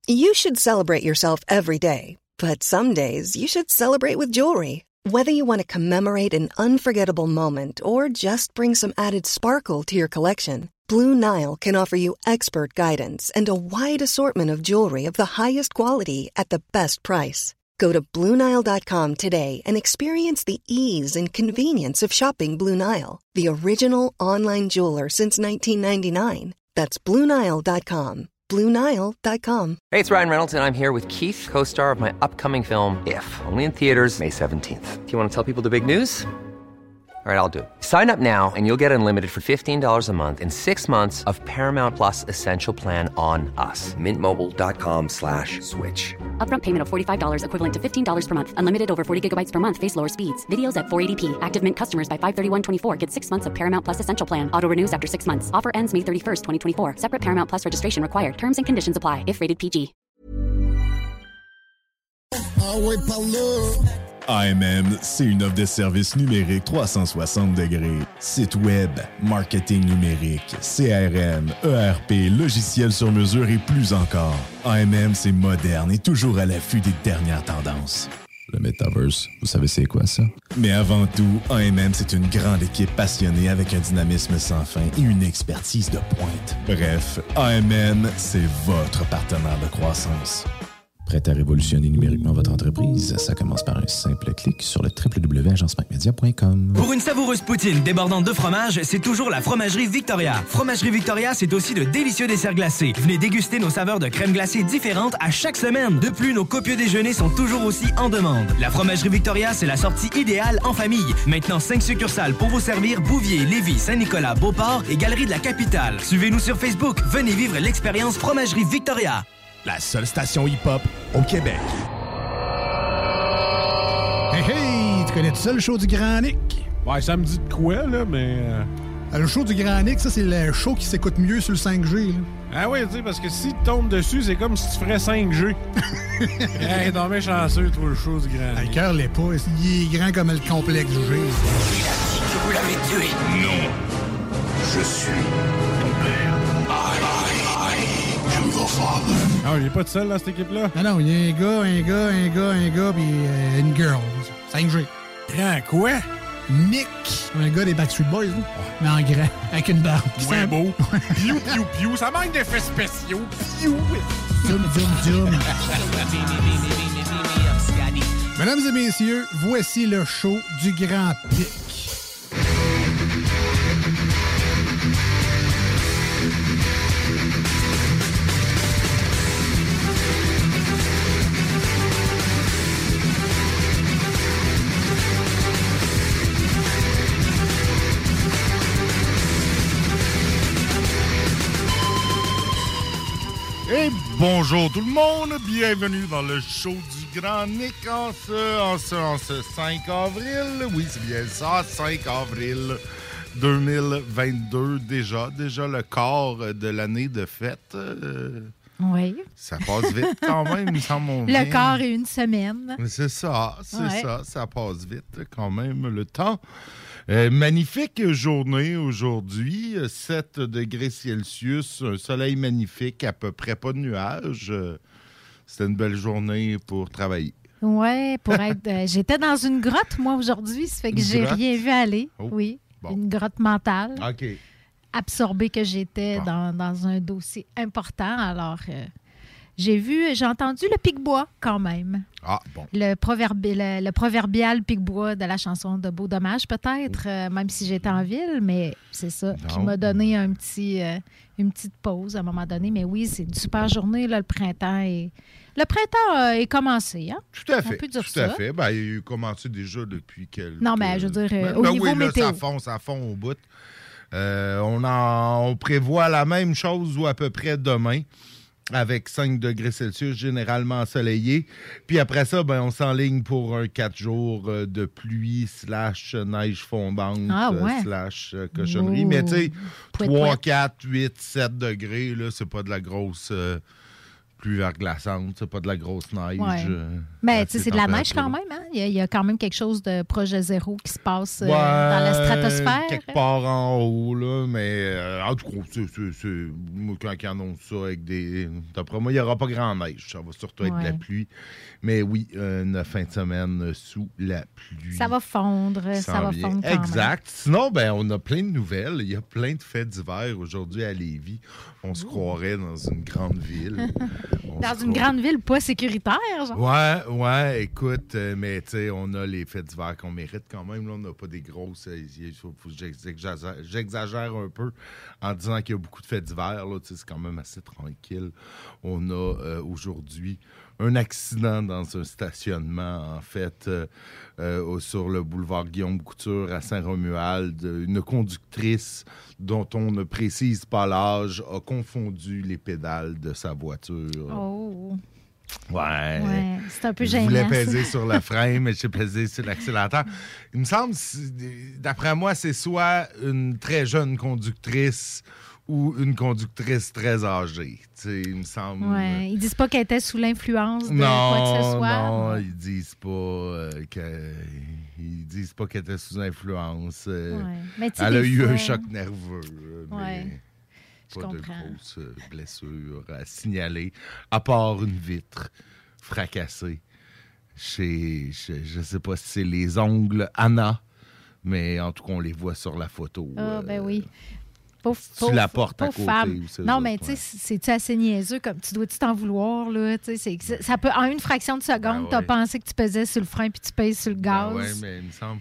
You should celebrate yourself every day, but some days you should celebrate with jewelry. Whether you want to commemorate an unforgettable moment or just bring some added sparkle to your collection, Blue Nile can offer you expert guidance and a wide assortment of jewelry of the highest quality at the best price. Go to BlueNile.com today and experience the ease and convenience of shopping Blue Nile, the original online jeweler since 1999. That's BlueNile.com. BlueNile.com. Hey, it's Ryan Reynolds, and I'm here with Keith, co-star of my upcoming film, If, only in theaters May 17th. Do you want to tell people the big news? All right, I'll do it. Sign up now and you'll get unlimited for $15 a month and 6 months of Paramount Plus Essential Plan on us. MintMobile.com/switch. Upfront payment of $45 equivalent to $15 per month. Unlimited over 40 gigabytes per month. Face lower speeds. Videos at 480p. Active Mint customers by 531.24 get 6 months of Paramount Plus Essential Plan. Auto renews after 6 months. Offer ends May 31st, 2024. Separate Paramount Plus registration required. Terms and conditions apply if rated PG. AMM, c'est une offre de services numériques 360 degrés. Site web, marketing numérique, CRM, ERP, logiciels sur mesure et plus encore. AMM, c'est moderne et toujours à l'affût des dernières tendances. Le Metaverse, vous savez c'est quoi ça? Mais avant tout, AMM, c'est une grande équipe passionnée avec un dynamisme sans fin et une expertise de pointe. Bref, AMM, c'est votre partenaire de croissance. Prête à révolutionner numériquement votre entreprise? Ça commence par un simple clic sur le www.agencemacmedia.com. Pour une savoureuse poutine débordante de fromage, c'est toujours la Fromagerie Victoria. Fromagerie Victoria, c'est aussi de délicieux desserts glacés. Venez déguster nos saveurs de crème glacée différentes à chaque semaine. De plus, nos copieux déjeuners sont toujours aussi en demande. La Fromagerie Victoria, c'est la sortie idéale en famille. Maintenant, 5 succursales pour vous servir: Bouvier, Lévis, Saint-Nicolas, Beauport et Galerie de la Capitale. Suivez-nous sur Facebook. Venez vivre l'expérience Fromagerie Victoria. La seule station hip-hop au Québec. Hey, hey! Tu connais ça, le show du Grand Nick? Ouais, ça me dit de quoi, là, mais... Le show du Grand Nick, ça, c'est le show qui s'écoute mieux sur le 5G, là. Ah oui, tu sais, parce que si tu tombes dessus, c'est comme si tu ferais 5G. Hey, t'es bien chanceux, toi, le show du Grand Nick. Le cœur l'est pas. Il est grand comme le complexe G. Il a dit que vous l'avez tué. Non. Je suis ton père. I am your father. Ah, il est pas tout seul dans cette équipe-là? Ah non, il y a un gars, puis une girl. 5G. Grand quoi? Nick. Un gars des Backstreet Boys, là. Mais en grand, avec une barbe. C'est beau. Piou, piou, piou. Ça manque d'effets spéciaux. Piou. Zoom. Mesdames et messieurs, voici le show du Grand Pic. Et bonjour tout le monde, bienvenue dans le show du Grand Nick en ce 5 avril. Oui, c'est bien ça, 5 avril 2022 déjà le quart de l'année de fête. Oui. Ça passe vite quand même, il me semble. Le quart et une semaine. C'est ça, ça passe vite quand même le temps. Magnifique journée aujourd'hui, 7 degrés Celsius, un soleil magnifique, à peu près pas de nuages. C'était une belle journée pour travailler. Oui, pour être... j'étais dans une grotte, moi, aujourd'hui, ça fait que j'ai rien vu aller. Oh, oui, bon. Une grotte mentale. OK. Absorbée que j'étais dans un dossier important, alors... J'ai entendu le pic-bois quand même. Ah, bon. Le proverbial pic-bois de la chanson de Beau Dommage, peut-être, même si j'étais en ville, mais c'est ça qui m'a donné une petite pause à un moment donné. Mais oui, c'est une super journée, là, le printemps est commencé, hein? Tout à fait. On peut dire tout à fait. Ben, il a commencé déjà depuis quelques... Non, mais je veux dire, au niveau météo. Ça fond au bout. On prévoit la même chose ou à peu près demain, avec 5 degrés Celsius, généralement ensoleillé. Puis après ça, on s'enligne pour un 4 jours de pluie / neige fondante / cochonnerie. Mais tu sais, 3, 4, 8, 7 degrés, là, c'est pas de la grosse pluie verglaçante, c'est pas de la grosse neige. Ouais. Mais c'est de la neige quand même. Hein? Il y a quand même quelque chose de projet zéro qui se passe dans la stratosphère. Quelque part en haut, là, mais en tout cas, moi, quand ils annoncent ça avec des... D'après moi, il n'y aura pas grand neige. Ça va surtout être de la pluie. Mais oui, une fin de semaine sous la pluie. Ça va fondre. Ça va fondre quand exact. Même. Sinon, on a plein de nouvelles. Il y a plein de faits d'hiver aujourd'hui à Lévis. On se croirait dans une grande ville. Dans une grande ville pas sécuritaire, genre? Ouais, écoute, mais tu sais, on a les faits d'hiver qu'on mérite quand même. Là, on n'a pas des grosses... Il faut que j'exagère un peu en disant qu'il y a beaucoup de faits d'hiver. Là, c'est quand même assez tranquille. On a aujourd'hui un accident dans un stationnement, en fait, sur le boulevard Guillaume Couture à Saint-Romuald. Une conductrice dont on ne précise pas l'âge a confondu les pédales de sa voiture. Oh! Ouais. C'est un peu gênant. Je voulais peser sur le frein, mais j'ai pesé sur l'accélérateur. Il me semble, d'après moi, c'est soit une très jeune conductrice ou une conductrice très âgée. Il me semble. Ouais. Ils disent pas qu'elle était sous l'influence de quoi que ce soit. Non, ils disent pas qu'elle était sous influence. Mais elle a eu un choc nerveux. Mais pas de grosses blessures à signaler, à part une vitre fracassée chez je sais pas si c'est les ongles Anna, mais en tout cas, on les voit sur la photo. Oui. Tu la portes à côté. Femme. Non, mais tu sais, c'est-tu assez niaiseux? Comme, tu dois-tu t'en vouloir? Là? Ça peut, en une fraction de seconde, tu as pensé que tu pesais sur le frein puis tu pèses sur le gaz. Oui, mais il me semble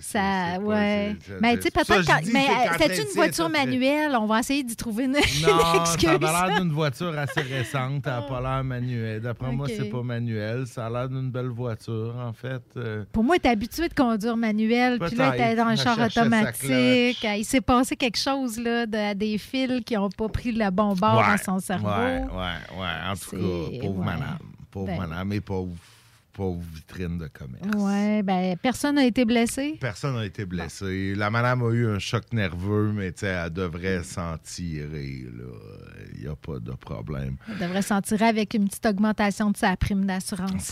mais tu sais, peut-être mais c'est une voiture manuelle. On va essayer d'y trouver une excuse. Non, ça a l'air d'une voiture assez récente. Elle n'a pas l'air manuelle. D'après moi, c'est pas manuel. Ça a l'air d'une belle voiture, en fait. Pour moi, tu es habitué de conduire manuel. Puis là, tu es dans un char automatique. Il s'est passé quelque chose, là, à des fils qui n'ont pas pris le bon bord dans son cerveau. Ouais. En tout cas, pauvre madame. Madame et pauvre vitrine de commerce. Oui, personne n'a été blessé. Personne n'a été blessé. La madame a eu un choc nerveux, mais elle devrait s'en tirer. Il n'y a pas de problème. Elle devrait s'en tirer avec une petite augmentation de sa prime d'assurance.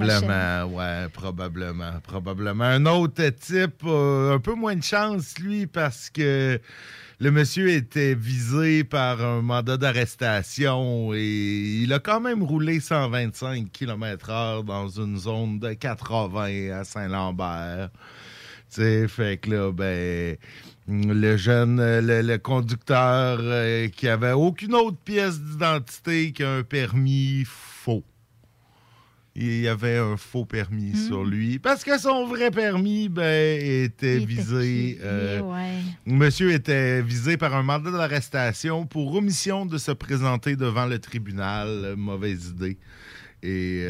Probablement. Un autre type, un peu moins de chance, lui, parce que le monsieur était visé par un mandat d'arrestation et il a quand même roulé 125 km/h dans une zone de 80 à Saint-Lambert. Tu sais, fait que là, le jeune, le conducteur qui avait aucune autre pièce d'identité qu'un permis faux. Il y avait un faux permis sur lui. Parce que son vrai permis, était visé. Monsieur était visé par un mandat d'arrestation pour omission de se présenter devant le tribunal. Mauvaise idée. Et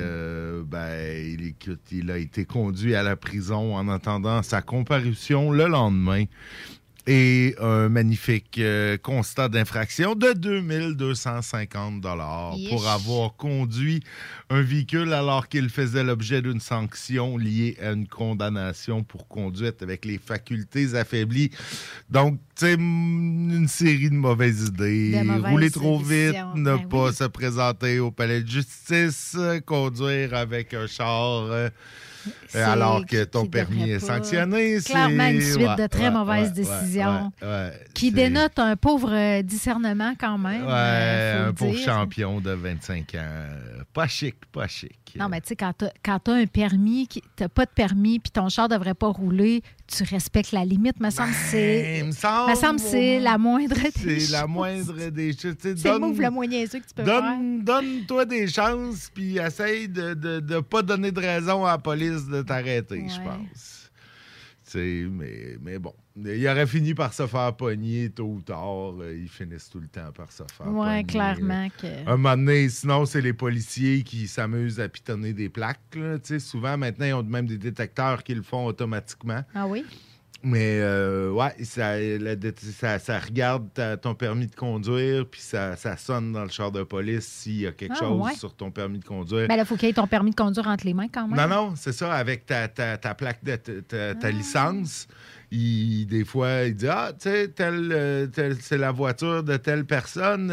il a été conduit à la prison en attendant sa comparution le lendemain. Et un magnifique constat d'infraction de 2250 $ pour avoir conduit un véhicule alors qu'il faisait l'objet d'une sanction liée à une condamnation pour conduite avec les facultés affaiblies. Donc, tu sais, une série de mauvaises idées. Rouler trop vite, ne pas se présenter au palais de justice, conduire avec un char... alors que ton permis est sanctionné. Clairement une suite de très mauvaises décisions qui dénotent un pauvre discernement quand même. Un pauvre champion de 25 ans. Pas chic. Non, mais tu sais, quand t'as un permis, t'as pas de permis, puis ton char devrait pas rouler, tu respectes la limite. Me semble que c'est la moindre des choses. C'est la moindre des choses. C'est le move le moins niaiseux que tu peux faire. Donne-toi des chances, puis essaye de pas donner de raison à la police de t'arrêter, je pense. Mais bon, il aurait fini par se faire pogner tôt ou tard. Ils finissent tout le temps par se faire pogner. Oui, clairement. Un moment donné, sinon, c'est les policiers qui s'amusent à pitonner des plaques. Là. Souvent, maintenant, ils ont même des détecteurs qui le font automatiquement. Ah oui? Mais ça regarde ton permis de conduire, puis ça sonne dans le char de police s'il y a quelque chose sur ton permis de conduire. Ben là, il faut qu'il y ait ton permis de conduire entre les mains quand même. Non, c'est ça, avec ta plaque de ta licence. des fois, il dit « Ah, tu sais, c'est la voiture de telle personne,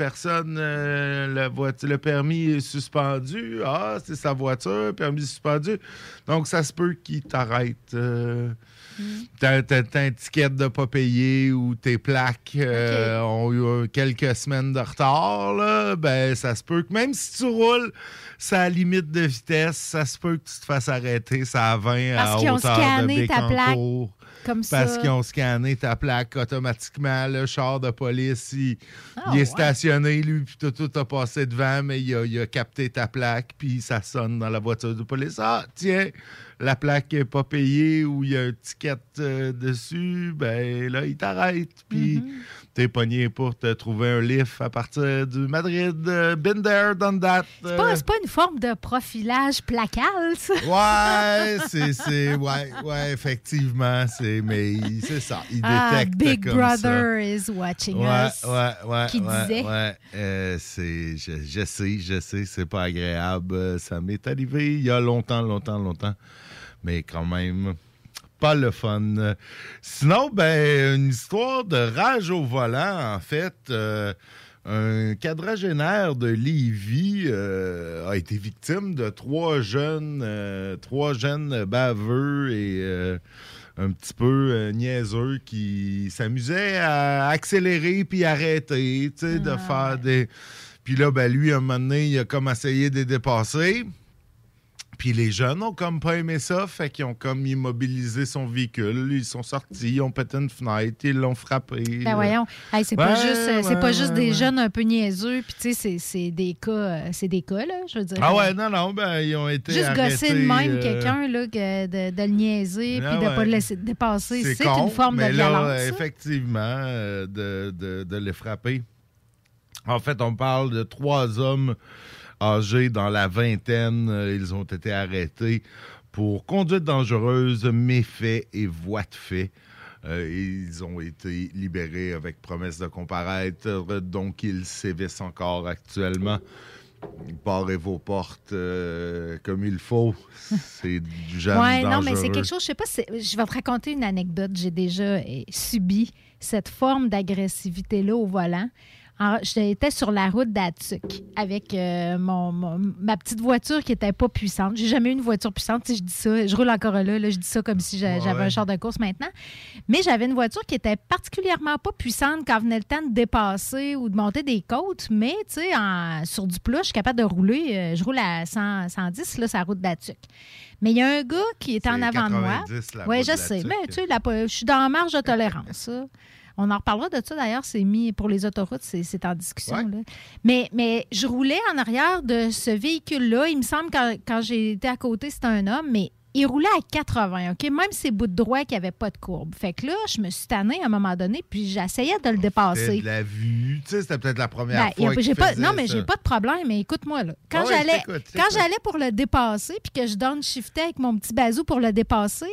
le permis est suspendu. Ah, c'est sa voiture, permis suspendu. » Donc, ça se peut qu'il t'arrête. T'as un ticket de pas payer ou tes plaques ont eu quelques semaines de retard, là, ben, ça se peut que même si tu roules sa limite de vitesse, ça se peut que tu te fasses arrêter ça à 20 à hauteur de Bécancour. Parce qu'ils ont scanné ta plaque automatiquement. Le char de police, il est stationné, lui, puis tout a passé devant, mais il a capté ta plaque, puis ça sonne dans la voiture de police. Ah, tiens, la plaque n'est pas payée ou il y a un ticket dessus, ben là, il t'arrête, puis t'es pogné pour te trouver un lift à partir du Madrid. Been there, done that. C'est pas une forme de profilage placal, ça? Ouais, effectivement, mais c'est ça. Il détecte Big comme Brother ça. is watching us. Qui disait. Je sais, c'est pas agréable. Ça m'est arrivé il y a longtemps. Mais quand même, pas le fun. Sinon, une histoire de rage au volant, en fait. Un quadragénaire de Lévis a été victime de trois jeunes baveux et un petit peu niaiseux qui s'amusaient à accélérer puis arrêter, tu sais, de faire des... Puis là, lui, à un moment donné, il a comme essayé de les dépasser. Puis les jeunes ont comme pas aimé ça, fait qu'ils ont comme immobilisé son véhicule. Ils sont sortis, ils ont pété une fenêtre, ils l'ont frappé. Ben voyons, c'est pas juste des jeunes un peu niaiseux, puis tu sais, c'est des cas, là, je veux dire. Ah ouais, non, ils ont été juste arrêtés. Juste gosser de même quelqu'un, là, de le niaiser, puis de pas le laisser dépasser, c'est une forme de violence. Là, effectivement, de les frapper. En fait, on parle de 3 hommes âgés dans la vingtaine. Ils ont été arrêtés pour conduite dangereuse, méfait et voie de fait. Ils ont été libérés avec promesse de comparaître, donc ils sévissent encore actuellement. Barrez vos portes comme il faut. C'est du genre dangereux. Non, mais c'est quelque chose, je sais pas, je vais te raconter une anecdote. J'ai déjà subi cette forme d'agressivité-là au volant. J'étais sur la route d'Attuck avec ma petite voiture qui n'était pas puissante. J'ai jamais eu une voiture puissante. Je dis ça, je roule encore là, je dis ça comme si j'avais un char de course maintenant. Mais j'avais une voiture qui était particulièrement pas puissante quand venait le temps de dépasser ou de monter des côtes. Mais tu sais, sur du plat, je suis capable de rouler. Je roule à 110 là, sur la route d'Attuck. Mais il y a un gars qui était en avant de moi. Oui, je sais. Mais tu sais, je suis dans la marge de tolérance. Ça. On en reparlera de ça, d'ailleurs. C'est mis pour les autoroutes, c'est en discussion. Ouais. Là. Mais je roulais en arrière de ce véhicule-là. Il me semble que quand j'ai été à côté, c'était un homme, mais il roulait à 80, OK? Même ses bouts de droit qui n'avaient pas de courbe. Fait que là, je me suis tannée à un moment donné, puis j'essayais de le dépasser. C'était de la vue. Tu sais, c'était peut-être la première fois j'ai pas de problème, mais écoute-moi, là. Quand j'allais pour le dépasser, puis que je downshiftais avec mon petit bazou pour le dépasser,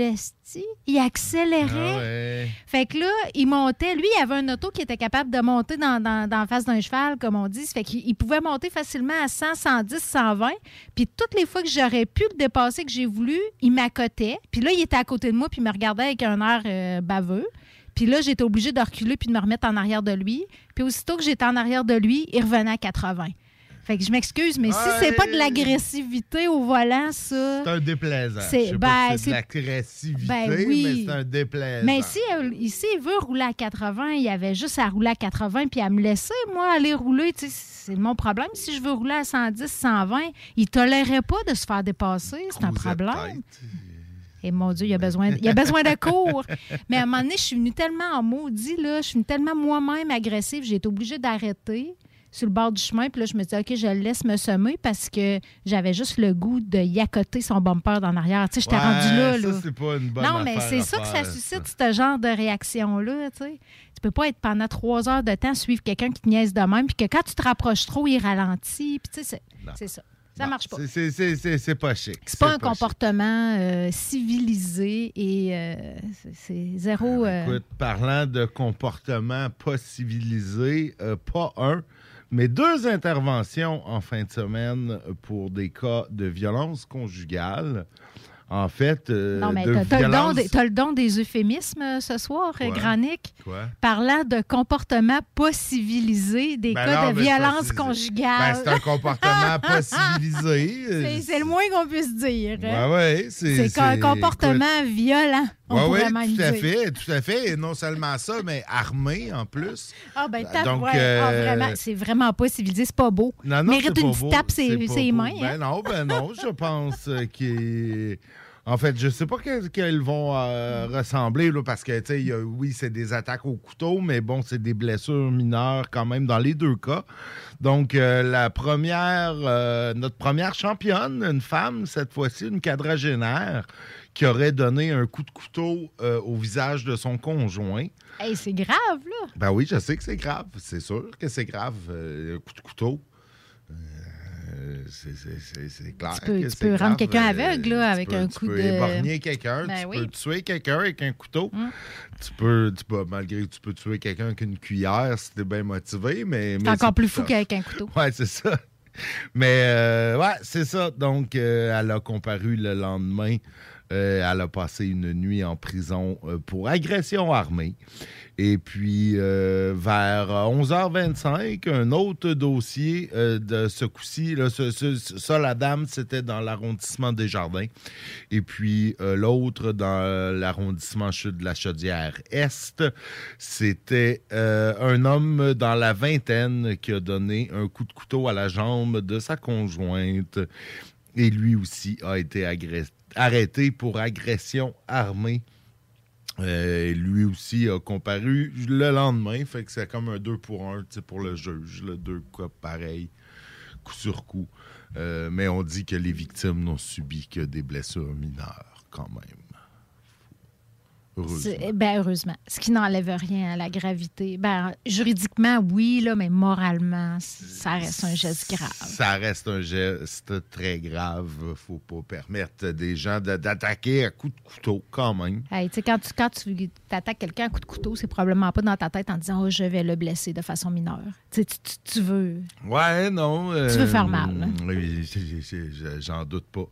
il accélérait. Ah ouais. Fait que là, il montait. Lui, il avait un auto qui était capable de monter dans la face d'un cheval, comme on dit. Fait qu'il pouvait monter facilement à 100, 110, 120. Puis toutes les fois que j'aurais pu le dépasser, que j'ai voulu, il m'accotait. Puis là, il était à côté de moi, puis il me regardait avec un air baveux. Puis là, j'étais obligée de reculer puis de me remettre en arrière de lui. Puis aussitôt que j'étais en arrière de lui, il revenait à 80. Fait que je m'excuse, mais si c'est pas de l'agressivité au volant, ça... C'est un déplaisant. C'est de l'agressivité, mais c'est un déplaisant. Mais ici, il veut rouler à 80, il avait juste à rouler à 80 puis à me laisser, moi, aller rouler. Tu sais, c'est mon problème. Si je veux rouler à 110, 120, il tolérait pas de se faire dépasser. C'est un problème. Et mon Dieu, il a besoin de cours. Mais à un moment donné, je suis venue tellement en maudit, là, je suis venue tellement moi-même agressive, j'ai été obligée d'arrêter sur le bord du chemin. Puis là, je me dis, OK, je le laisse me semer parce que j'avais juste le goût de yacoter son bumper d'en arrière. Tu sais, j'étais rendue là. Ça, c'est pas une bonne Non, mais c'est ça que ça suscite, ce genre de réaction-là, tu sais. Tu peux pas être pendant 3 heures de temps suivre quelqu'un qui te niaise de même, puis que quand tu te rapproches trop, il ralentit. Puis tu sais, c'est ça. Ça marche pas. C'est pas chic. C'est pas un comportement civilisé et c'est zéro... Écoute, parlant de comportement pas civilisé, pas un, mais 2 interventions en fin de semaine pour des cas de violence conjugale. en fait, non, mais de violence... t'as le don des euphémismes ce soir, Granic. Quoi? Parlant de comportements pas civilisés, des cas de violence conjugale. C'est un comportement pas civilisé. C'est le moins qu'on puisse dire. Oui, c'est un comportement violent, on pourrait même dire. Tout à fait. Et non seulement ça, mais armé en plus. Ah, ben tape, vraiment, c'est vraiment pas civilisé, c'est pas beau. Non, mérite une petite tape ses mains. Ben non, je pense qu'il... En fait, je sais pas qu'elles vont ressembler, là, parce que, tu sais, oui, c'est des attaques au couteau, mais bon, c'est des blessures mineures quand même dans les deux cas. Donc, notre première championne, une femme, cette fois-ci, une quadragénaire, qui aurait donné un coup de couteau au visage de son conjoint. Hey, c'est grave, là! Ben oui, je sais que c'est grave. C'est sûr que c'est grave, un coup de couteau. C'est clair. Tu peux rendre quelqu'un aveugle là, avec un coup de... Tu peux éborgner quelqu'un, peux tuer quelqu'un avec un couteau. Tu peux tuer quelqu'un avec une cuillère si t'es bien motivé, mais c'est encore plus fou qu'avec un couteau. Ouais, c'est ça. Mais, c'est ça. Donc, elle a comparu le lendemain. Elle a passé une nuit en prison pour agression armée. Et puis, vers 11h25, un autre dossier de ce coup-ci, là, la dame, c'était dans l'arrondissement des Jardins. Et puis, l'autre, dans l'arrondissement de la Chaudière-Est, c'était un homme dans la vingtaine qui a donné un coup de couteau à la jambe de sa conjointe. Et lui aussi a été arrêté pour agression armée. Lui aussi a comparu le lendemain. Fait que c'est comme un 2 pour 1 pour le juge. Là, 2 cas pareils, coup sur coup. Mais on dit que les victimes n'ont subi que des blessures mineures quand même. Heureusement. Ce qui n'enlève rien à la gravité. Juridiquement, oui, là, mais moralement, ça reste un geste grave. Ça reste un geste très grave. Faut pas permettre des gens d'attaquer à coups de couteau, quand même. Hey, quand tu attaques quelqu'un à coups de couteau, c'est probablement pas dans ta tête en disant « Oh, je vais le blesser de façon mineure. » Tu veux... Ouais, non. Tu veux faire mal. J'en doute pas.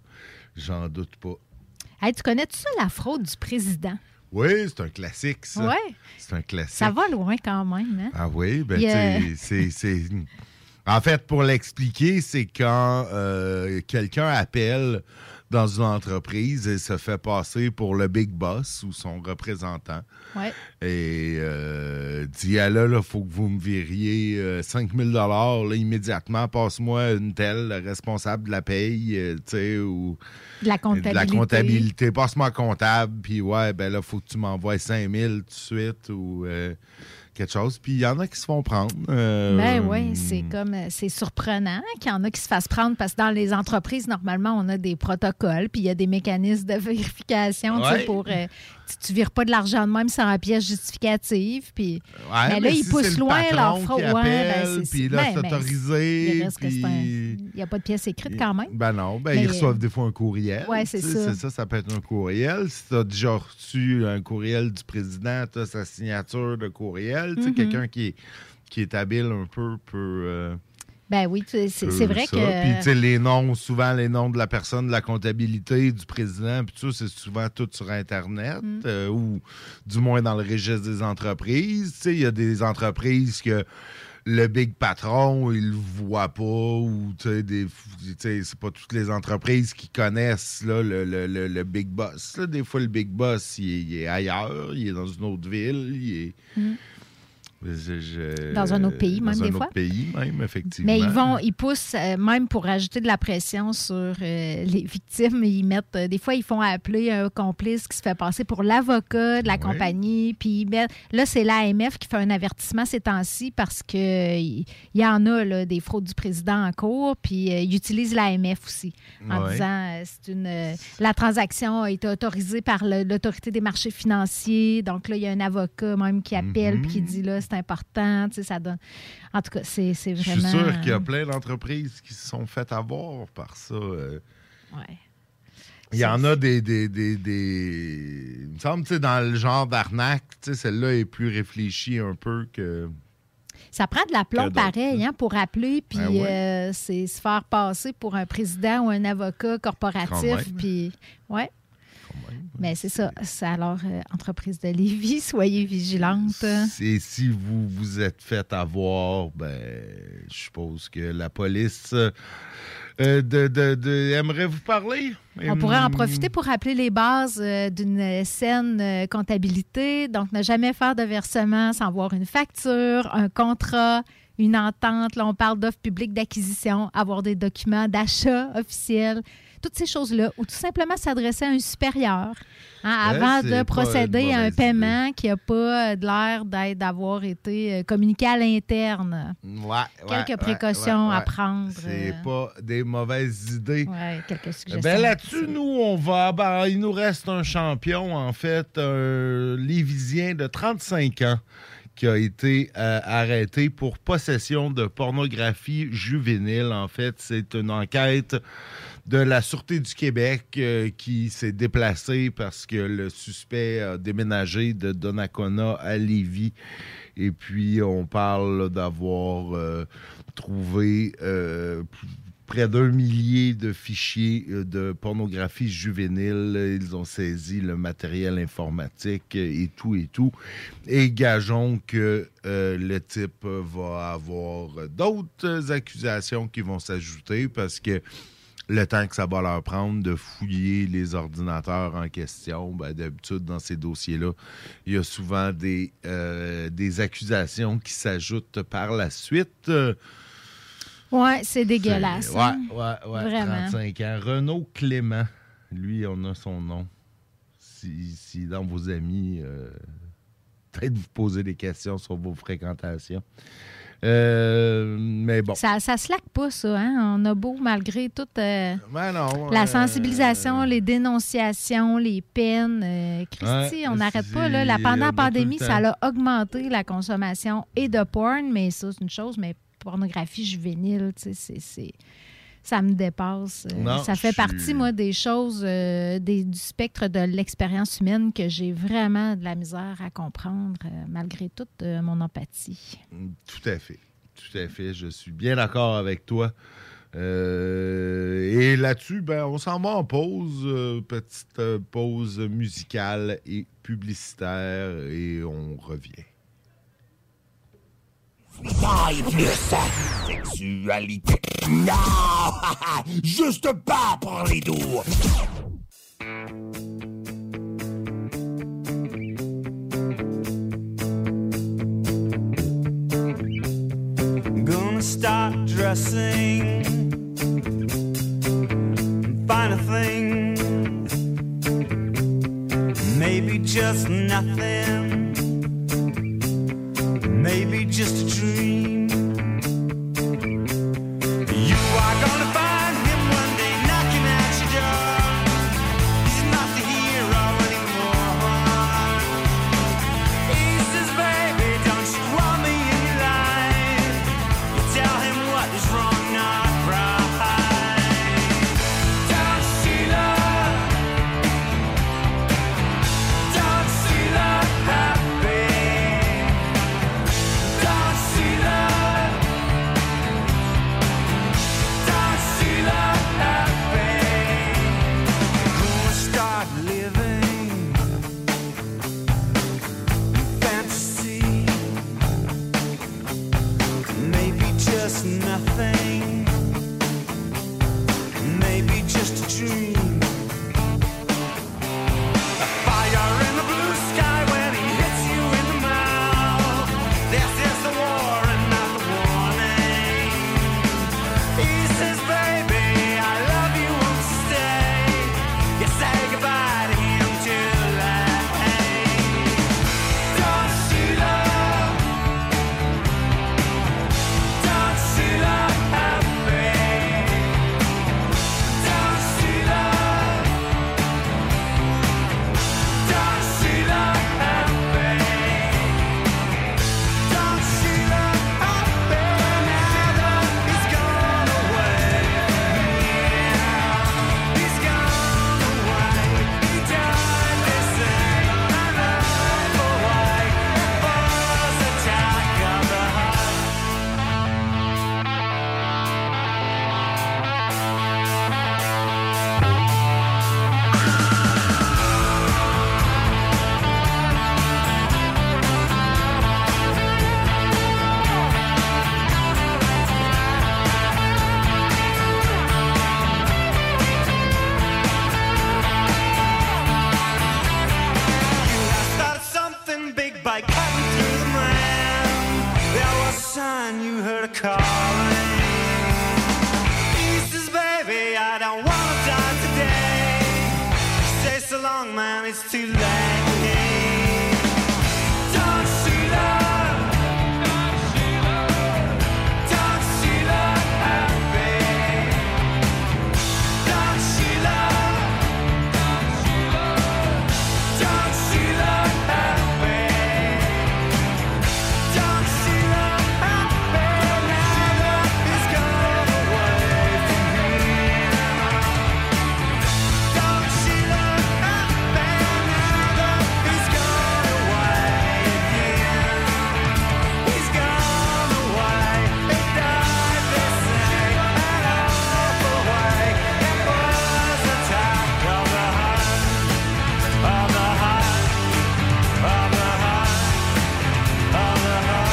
Hey, tu connais-tu ça, la fraude du président? Oui, c'est un classique, ça. Oui. C'est un classique. Ça va loin quand même, hein? Ah oui, c'est... En fait, pour l'expliquer, c'est quand quelqu'un appelle dans une entreprise et se fait passer pour le big boss ou son représentant. Ouais. Et dit, là, il faut que vous me viriez 5 000 là, immédiatement. Passe-moi une telle responsable de la paye, tu sais, ou... De la comptabilité. Passe-moi un comptable, puis là, il faut que tu m'envoies 5 000 tout de suite, ou... quelque chose. Puis il y en a qui se font prendre. Oui, c'est surprenant qu'il y en a qui se fassent prendre parce que dans les entreprises, normalement, on a des protocoles, puis il y a des mécanismes de vérification pour... tu ne vires pas de l'argent de même sans la pièce justificative. Puis, mais là, ils poussent loin leur fraude. Puis là, c'est autorisé. Il n'y a pas de pièce écrite quand même. Ben non, ils reçoivent des fois un courriel. Oui, c'est ça. Ça peut être un courriel. Si tu as déjà reçu un courriel du président, tu as sa signature de courriel. Mm-hmm. Quelqu'un qui est habile un peu peut... Ben oui, c'est vrai ça. que... Puis, tu sais, souvent les noms de la personne, de la comptabilité, du président, puis tout ça, c'est souvent tout sur Internet, ou du moins dans le registre des entreprises. Tu sais, il y a des entreprises que le big patron, il le voit pas, ou, tu sais, c'est pas toutes les entreprises qui connaissent là, le big boss. Là. Des fois, le big boss, il est ailleurs, il est dans une autre ville, il est... Dans un autre pays, même des fois. Dans un autre pays, même, effectivement. Mais ils poussent, même pour ajouter de la pression sur les victimes, ils mettent, des fois, ils font appeler un complice qui se fait passer pour l'avocat de la compagnie. Puis là, c'est l'AMF qui fait un avertissement ces temps-ci parce qu'il y en a là, des fraudes du président en cours, puis ils utilisent l'AMF aussi en disant la transaction a été autorisée par l'Autorité des marchés financiers. Donc là, il y a un avocat même qui appelle puis qui dit là, c'est important, tu sais, ça donne... En tout cas, c'est vraiment... Je suis sûr qu'il y a plein d'entreprises qui se sont faites avoir par ça. Il y en a des... Il me semble, tu sais, dans le genre d'arnaque, tu sais, celle-là est plus réfléchie un peu que... Ça prend de l'aplomb pareil, hein, pour appeler, puis c'est se faire passer pour un président ou un avocat corporatif, puis... Ouais. Mais c'est ça. Alors, entreprise de Lévis, soyez vigilantes. Si vous vous êtes fait avoir, je suppose que la police aimerait vous parler. On pourrait en profiter pour rappeler les bases d'une saine comptabilité. Donc, ne jamais faire de versement sans voir une facture, un contrat, une entente. Là, on parle d'offres publiques d'acquisition, avoir des documents d'achat officiels. Toutes ces choses-là, ou tout simplement s'adresser à un supérieur avant de procéder à un paiement qui n'a pas de l'air d'avoir été communiqué à l'interne. Quelques précautions à prendre. C'est pas des mauvaises idées. Oui, quelques suggestions. Là-dessus, il nous reste un champion, en fait, un Lévisien de 35 ans qui a été arrêté pour possession de pornographie juvénile. En fait, c'est une enquête de la Sûreté du Québec qui s'est déplacée parce que le suspect a déménagé de Donnacona à Lévis. Et puis, on parle d'avoir trouvé près d'1 millier de fichiers de pornographie juvénile. Ils ont saisi le matériel informatique et tout. Et gageons que le type va avoir d'autres accusations qui vont s'ajouter parce que le temps que ça va leur prendre de fouiller les ordinateurs en question, d'habitude, dans ces dossiers-là, il y a souvent des accusations qui s'ajoutent par la suite. Oui, c'est dégueulasse. Oui, Vraiment. 35 ans. Renaud Clément, lui, on a son nom. Si dans vos amis, peut-être vous posez des questions sur vos fréquentations. Mais bon. Ça slack pas, ça. On a beau, malgré toute la sensibilisation, les dénonciations, les peines. Christy, on n'arrête pas. Là. Pendant la pandémie, ça a augmenté la consommation et de porn, mais ça, c'est une chose, mais pornographie juvénile, ça me dépasse. Ça fait partie, moi, des choses, du spectre de l'expérience humaine que j'ai vraiment de la misère à comprendre, malgré toute mon empathie. Tout à fait. Tout à fait. Je suis bien d'accord avec toi. Et là-dessus, on s'en va en pause. Petite pause musicale et publicitaire. Et on revient. Taille plus ça, sexualité. Non, juste pas pour les doux. Gonna start dressing, find a thing, maybe just nothing. Maybe just a dream. You are gonna find him one day knocking at your door. He's not the hero anymore. He says, baby, don't you want me in your life? You tell him what is wrong, not right. Don't Sheila, don't Sheila happy. Don't see the I don't wanna die today. She says so long, man, it's too late. Don't shoot up, don't shoot up, happy. Don't shoot up, don't shoot up, happy. Don't shoot up, happy. Now that he's gone away from here. Don't shoot up, happy. Now that he's gone away again. He's gone away. He died, they say, an awful way. It was a attack of the heart, of the heart, of the heart, of the heart.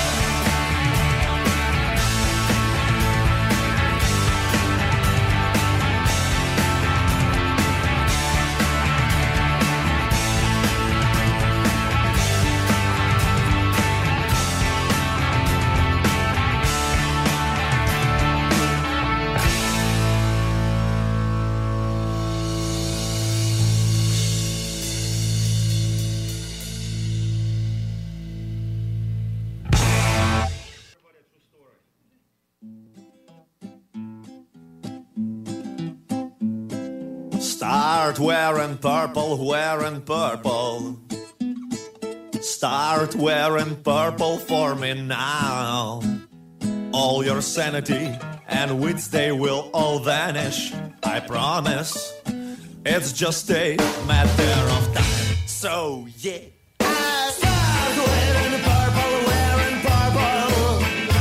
Start wearing purple, wearing purple. Start wearing purple for me now. All your sanity and wits, they will all vanish, I promise. It's just a matter of time. So yeah. Start wearing purple, wearing purple.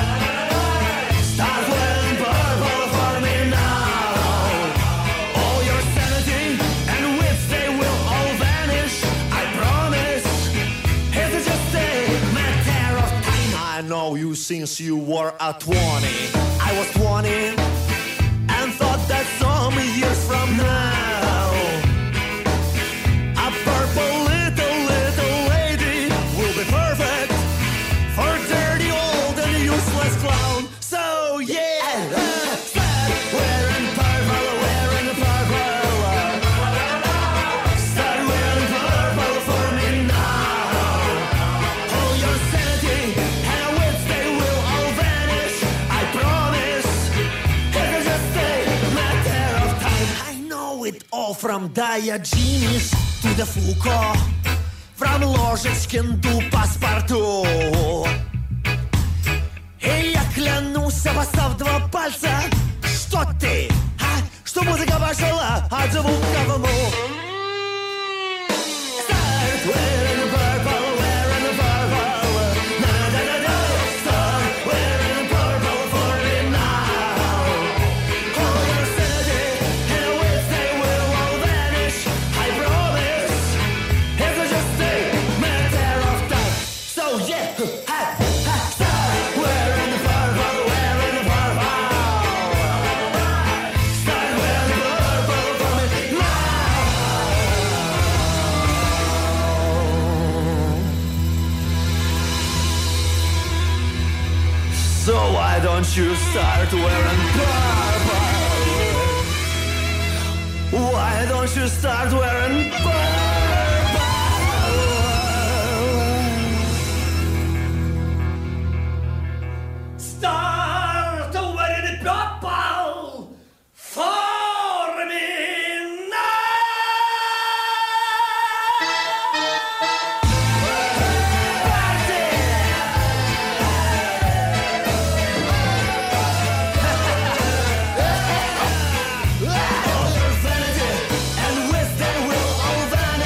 Start wearing purple for me now. All your sanity and wits, they will all vanish, I promise. It's just a matter of time. I know you since you were at 20. I was 20 and thought that some years from now a purple little lady will be perfect for dirty old and useless clown. So yeah, start wearing purple, wearing purple. Start wearing purple for me now. All your sanity and wits, they will all vanish, I promise. It's just a matter of time. I know it all from Diogenes to the Foucault, from Ложечкин to Паспорту. И я клянусь, обоссав два пальца, что ты, что музыка пошла от звука в мух. Start wearing purple, wearing purple. Na-na-na-na. Start wearing purple for me now. All your sanity and wits, they will all vanish, I promise. It's just a matter of time. So yeah, start wearing purple, wearing purple. Start wearing purple for me now. So why don't you start wearing purple? Why don't you start wearing purple? Start wearing purple for me now.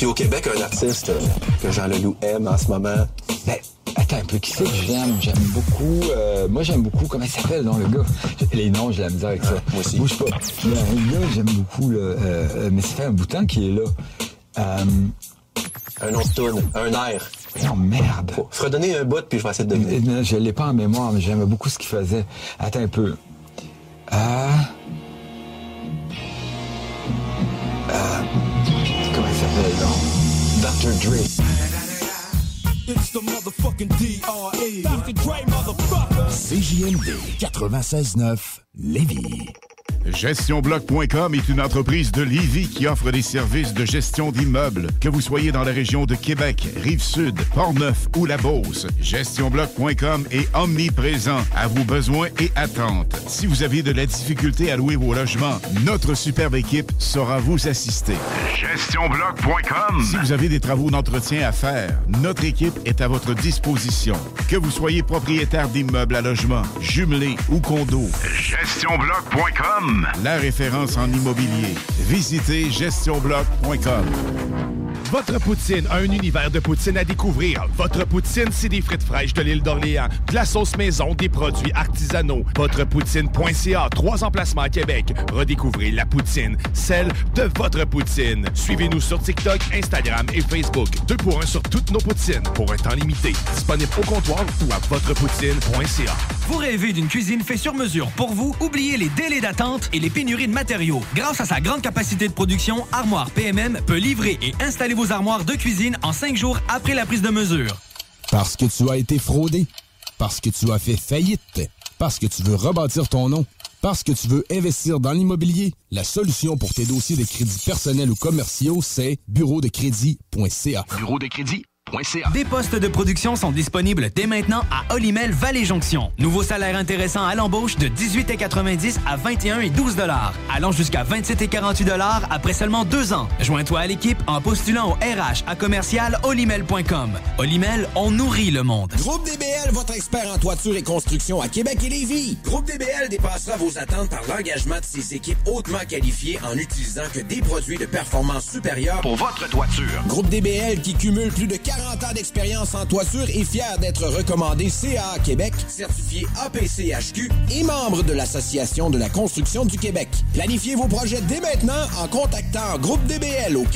Puis au Québec, un artiste que Jean Leloup aime en ce moment. Ben, attends un peu, qui c'est que j'aime? J'aime beaucoup... moi, j'aime beaucoup... Comment il s'appelle, non, le gars? Les noms, j'ai la misère avec ça. Moi aussi. Bouge pas. Mais un gars, j'aime beaucoup, là. Mais ça fait un bout de temps qu'il est là. Un autre tune, un air. Non, merde. Faut redonner un bout, puis je vais essayer de deviner. Je l'ai pas en mémoire, mais j'aimais beaucoup ce qu'il faisait. Attends un peu. Comment il s'appelle, donc? Dr. Dre. It's the motherfucking D.R.E. Dr. Dre, motherfucker. CJMD 96.9 Lévis. GestionBloc.com est une entreprise de Lévis qui offre des services de gestion d'immeubles. Que vous soyez dans la région de Québec, Rive-Sud, Port-Neuf ou La Beauce, GestionBloc.com est omniprésent à vos besoins et attentes. Si vous avez de la difficulté à louer vos logements, notre superbe équipe saura vous assister. GestionBloc.com. Si vous avez des travaux d'entretien à faire, notre équipe est à votre disposition. Que vous soyez propriétaire d'immeubles à logement, jumelés ou condos, GestionBloc.com. La référence en immobilier. Visitez gestionbloc.com. Votre poutine, un univers de poutine à découvrir. Votre poutine, c'est des frites fraîches de l'île d'Orléans, de la sauce maison, des produits artisanaux. Votrepoutine.ca, 3 emplacements à Québec. Redécouvrez la poutine, celle de votre poutine. Suivez-nous sur TikTok, Instagram et Facebook. 2 pour 1 sur toutes nos poutines, pour un temps limité. Disponible au comptoir ou à votrepoutine.ca. Vous rêvez d'une cuisine faite sur mesure pour vous? Oubliez les délais d'attente et les pénuries de matériaux. Grâce à sa grande capacité de production, Armoire PMM peut livrer et installer vos armoires de cuisine en 5 jours après la prise de mesure. Parce que tu as été fraudé. Parce que tu as fait faillite. Parce que tu veux rebâtir ton nom. Parce que tu veux investir dans l'immobilier. La solution pour tes dossiers de crédits personnels ou commerciaux, c'est bureaudecrédit.ca. Bureaudecrédit.ca. Des postes de production sont disponibles dès maintenant à Olimel Vallée-Jonction. Nouveau salaire intéressant à l'embauche de 18,90 à 21 et 12 $, allant jusqu'à 27 et 48 $ après seulement 2 ans. Joins-toi à l'équipe en postulant au RH à commercial olimel.com. Olimel, on nourrit le monde. Groupe DBL, votre expert en toiture et construction à Québec et Lévis. Groupe DBL dépassera vos attentes par l'engagement de ses équipes hautement qualifiées en utilisant que des produits de performance supérieure pour votre toiture. Groupe DBL qui cumule plus de 40 ans d'expérience en toiture est fier d'être recommandé CA Québec, certifié APCHQ et membre de l'Association de la construction du Québec. Planifiez vos projets dès maintenant en contactant Groupe DBL au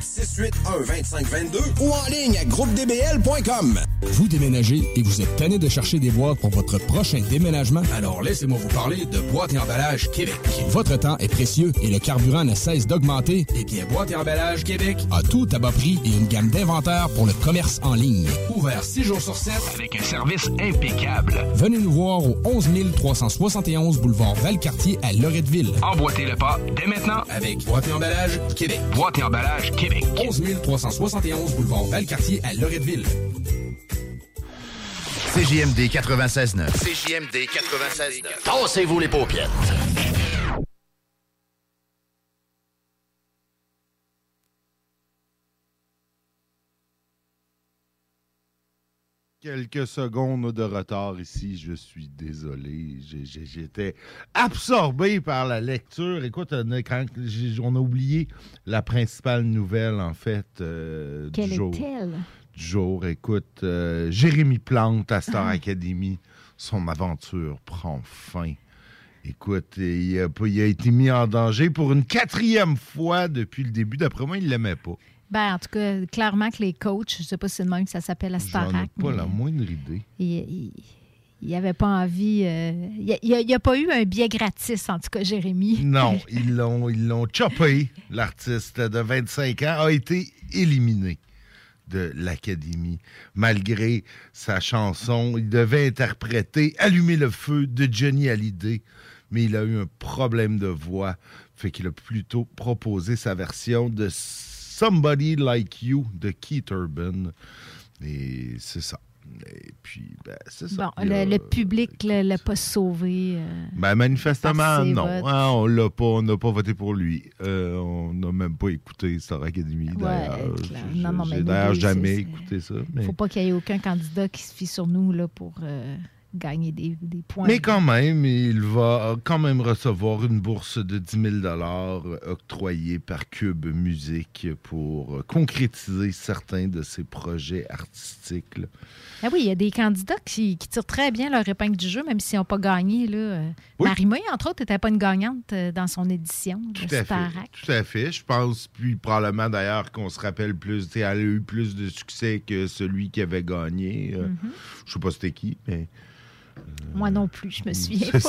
418-681-2522 ou en ligne à groupedbl.com. Vous déménagez et vous êtes tanné de chercher des boîtes pour votre prochain déménagement? Alors laissez-moi vous parler de Boîte et Emballage Québec. Votre temps est précieux et le carburant ne cesse d'augmenter. Eh bien, Boîte et Emballage Québec a tout à bas prix et une gamme d'inventaires pour le commerce en ligne. Ouvert 6 jours sur 7 avec un service impeccable. Venez nous voir au 11 371 boulevard Valcartier à Loretteville. Emboîtez le pas dès maintenant avec Boîte et Emballage Québec. Boîte et Emballage Québec. 11 371 boulevard Valcartier à Loretteville. CJMD 96.9. CJMD 96.9. Tassez-vous les paupières. Quelques secondes de retard ici, je suis désolé. J'étais absorbé par la lecture. Écoute, on a oublié la principale nouvelle, en fait, Quelle du jour. est-elle? Du jour. Écoute, Jérémy Plante à Star Academy, son aventure prend fin. Écoute, il a été mis en danger pour une 4e fois depuis le début. D'après moi, il ne l'aimait pas. Ben, en tout cas, clairement que les coachs, je ne sais pas si c'est le même que ça s'appelle à Starac. J'en ai pas la moindre idée. Il n'avait pas envie... il n'y a pas eu un billet gratis, en tout cas, Jérémy. Non, ils l'ont choppé. L'artiste de 25 ans a été éliminé de l'Académie. Malgré sa chanson, il devait interpréter « Allumer le feu » de Johnny Hallyday, mais il a eu un problème de voix, fait qu'il a plutôt proposé sa version de Somebody Like You de Keith Urban. Et c'est ça. Et puis, ben, c'est ça. Bon, le public ne l'a pas sauvé. Ben, manifestement, non. Ah, on n'a pas voté pour lui. On n'a même pas écouté Star Academy, d'ailleurs. Ouais, j'ai d'ailleurs jamais écouté ça. Il ne faut pas qu'il y ait aucun candidat qui se fie sur nous là, pour gagner des points. Mais quand même, il va quand même recevoir une bourse de 10 000 octroyée par Cube Musique pour concrétiser certains de ses projets artistiques. Là. Ah oui, il y a des candidats qui tirent très bien leur épingle du jeu, même s'ils n'ont pas gagné. Là. Oui. Marie-May, entre autres, n'était pas une gagnante dans son édition de Starac. Tout à fait. Je pense, puis probablement d'ailleurs qu'on se rappelle plus, elle a eu plus de succès que celui qui avait gagné. Je ne sais pas c'était qui, mais... Moi non plus, je me souviens pas.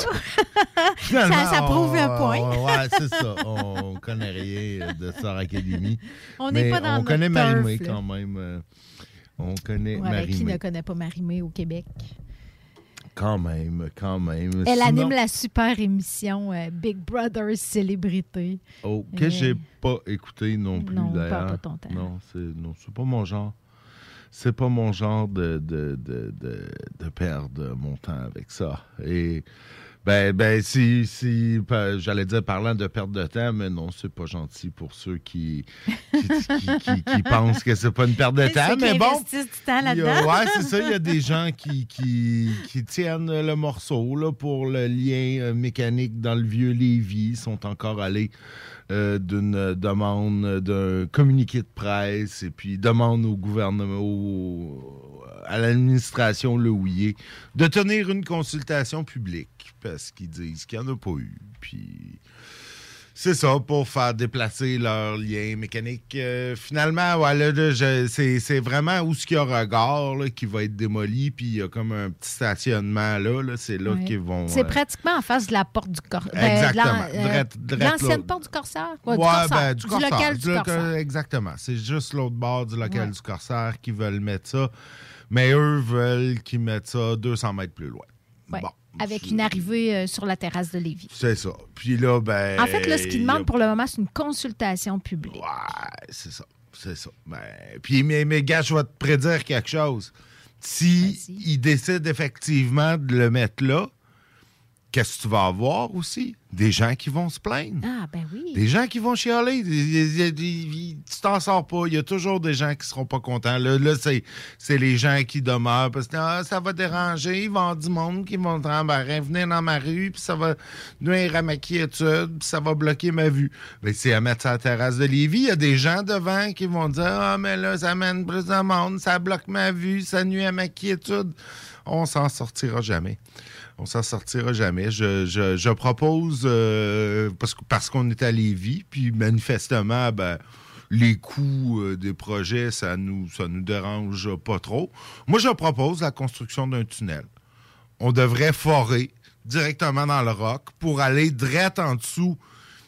ça prouve un point. Ouais, c'est ça. On connaît rien de Star Academy. On n'est pas dans on connaît Marie-May quand même. On connaît Marie-May. Qui ne connaît pas Marie-May au Québec? Quand même. Elle anime la super émission Big Brother Célébrité. Oh, que j'ai pas écouté non plus, non, d'ailleurs. Pas ton temps. Non, c'est pas mon genre. C'est pas mon genre de perdre mon temps avec ça. Et si j'allais dire parlant de perte de temps, mais non, c'est pas gentil pour ceux qui pensent que c'est pas une perte de temps. Mais bon, investissent du temps là-dedans. Ouais, c'est ça. Il y a des gens qui tiennent le morceau là, pour le lien mécanique dans le vieux Lévis. Ils sont encore allés d'une demande d'un communiqué de presse et puis demande au gouvernement, à l'administration Lehouillier de tenir une consultation publique parce qu'ils disent qu'il n'y en a pas eu. Puis c'est ça, pour faire déplacer leur lien mécanique. Finalement, c'est vraiment où ce qu'il y a regard là, qui va être démoli, puis il y a comme un petit stationnement là c'est là qu'ils vont... C'est pratiquement en face de la porte du Corsaire. Exactement. De l'ancienne porte du Corsaire? Du Corsaire. Local du Corsaire. Exactement. C'est juste l'autre bord du local du Corsaire qui veulent mettre ça, mais eux veulent qu'ils mettent ça 200 mètres plus loin. Ouais. Bon. Avec une arrivée sur la terrasse de Lévis. C'est ça. Puis là, en fait, là, ce qu'ils demandent pour le moment, c'est une consultation publique. Ouais, c'est ça. Puis, mais gars, je vais te prédire quelque chose. Si ils décident effectivement de le mettre là, qu'est-ce que tu vas avoir aussi? Des gens qui vont se plaindre. Ah, ben oui. Des gens qui vont chialer. Tu t'en sors pas. Il y a toujours des gens qui seront pas contents. Là c'est les gens qui demeurent parce que ça va déranger. Il va y avoir du monde qui vont venir dans ma rue, puis ça va nuire à ma quiétude, puis ça va bloquer ma vue. Mais c'est à mettre sur la terrasse de Lévis. Il y a des gens devant qui vont dire « Ah, mais là, ça amène plus de monde, ça bloque ma vue, ça nuit à ma quiétude. » On s'en sortira jamais. Je propose, parce qu'on est à Lévis, puis manifestement, les coûts des projets, ça nous dérange pas trop. Moi, je propose la construction d'un tunnel. On devrait forer directement dans le roc pour aller direct en dessous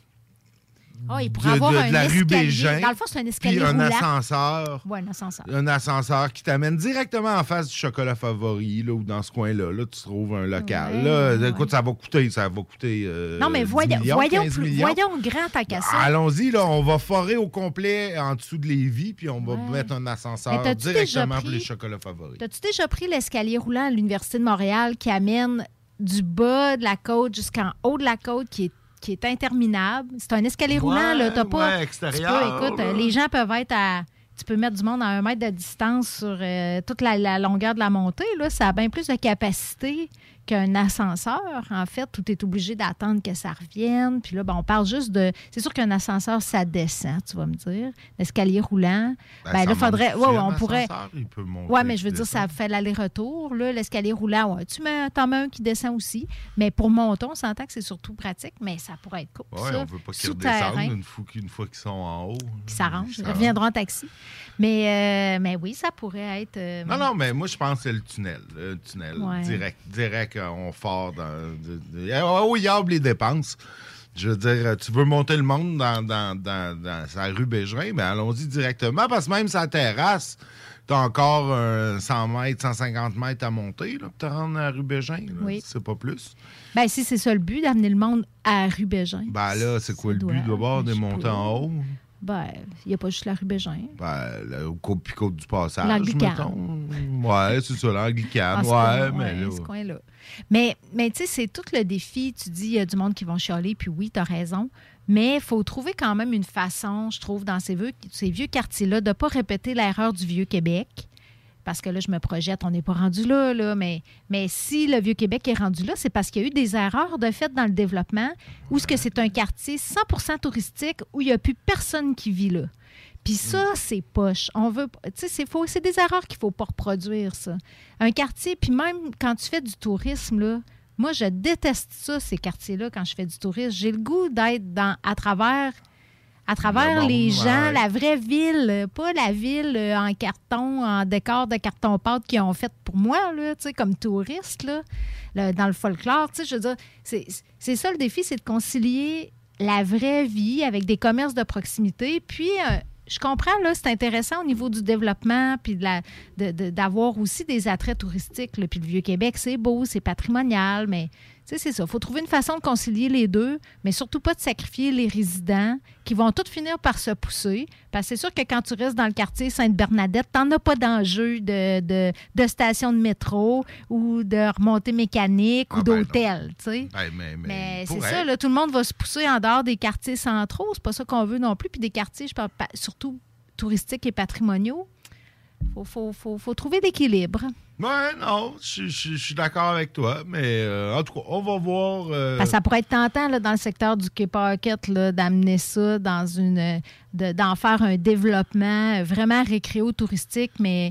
il pourrait avoir de la rue Bégin. Dans le fond, c'est un escalier roulant. Oui, un ascenseur. Un ascenseur qui t'amène directement en face du Chocolat Favori, là, ou dans ce coin-là. Là, tu trouves un local. Écoute, ça va coûter non, mais voyons grand à casser. Allons-y, là, on va forer au complet en dessous de Lévis, puis on va mettre un ascenseur directement pour les Chocolats Favoris. T'as-tu déjà pris l'escalier roulant à l'Université de Montréal qui amène du bas de la côte jusqu'en haut de la côte qui est interminable? C'est un escalier roulant, là. T'as pas... extérieur. Écoute, les gens peuvent être à... Tu peux mettre du monde à 1 mètre de distance sur toute la longueur de la montée. Là. Ça a bien plus de capacité qu'un ascenseur, en fait, où tu es obligé d'attendre que ça revienne. Puis là, on parle juste de... C'est sûr qu'un ascenseur, ça descend, tu vas me dire. L'escalier roulant. Là, il faudrait... on pourrait... Oui, mais je veux dire, ça fait l'aller-retour. Là, l'escalier roulant, t'en mets un qui descend aussi. Mais pour monter, on s'entend que c'est surtout pratique, mais ça pourrait être cool. Oui, on ne veut pas qu'ils redescendent une fois qu'ils sont en haut. Qui s'arrangent. Ils reviendront en taxi. Mais oui, ça pourrait être... Non, mais moi, je pense que c'est le tunnel. Le tunnel, direct. On fort dans... il y a les dépenses. Je veux dire, tu veux monter le monde dans sa rue Bégin, mais allons-y directement, parce que même sa terrasse, tu as encore 100 mètres, 150 mètres à monter là, pour te rendre à la rue Bégin. Oui. C'est pas plus. Si c'est ça le but, d'amener le monde à la rue Bégin. Là, c'est quoi le but d'abord, de monter en haut? Il n'y a pas juste la rue Bégin. Au côte du Passage, l'Anglicane. Ouais, c'est ça, l'Anglicane. Ce coin-là. Mais tu sais, c'est tout le défi. Tu dis, il y a du monde qui vont chialer, puis oui, tu as raison. Mais il faut trouver quand même une façon, je trouve, dans ces vieux quartiers-là, de ne pas répéter l'erreur du Vieux-Québec. parce que là, je me projette, on n'est pas rendu là, mais si le Vieux-Québec est rendu là, c'est parce qu'il y a eu des erreurs de fait dans le développement, où ce que c'est un quartier 100% touristique, où il n'y a plus personne qui vit là. Puis ça, c'est poche. On veut, tu sais, c'est des erreurs qu'il ne faut pas reproduire, ça. Un quartier, puis même quand tu fais du tourisme, là, moi, je déteste ça, ces quartiers-là, quand je fais du tourisme. J'ai le goût d'être à travers les gens, la vraie ville, pas la ville en carton, en décor de carton-pâte qu'ils ont fait pour moi, là, tu sais, comme touriste, là, dans le folklore. Tu sais, je veux dire, c'est ça le défi, c'est de concilier la vraie vie avec des commerces de proximité, puis... je comprends, là, c'est intéressant au niveau du développement, puis d'avoir aussi des attraits touristiques. Là, puis le Vieux-Québec, c'est beau, c'est patrimonial, mais c'est ça. Il faut trouver une façon de concilier les deux, mais surtout pas de sacrifier les résidents qui vont tous finir par se pousser. Parce que c'est sûr que quand tu restes dans le quartier Sainte-Bernadette, tu n'en as pas d'enjeu de station de métro ou de remontée mécanique ou d'hôtel. Mais c'est ça, là, tout le monde va se pousser en dehors des quartiers centraux. C'est pas ça qu'on veut non plus. Puis des quartiers, je parle surtout touristiques et patrimoniaux. Faut trouver l'équilibre. Oui, non, je suis d'accord avec toi, mais en tout cas, on va voir... Parce que ça pourrait être tentant là, dans le secteur du Quai Paquette d'amener ça d'en faire un développement vraiment récréo-touristique, mais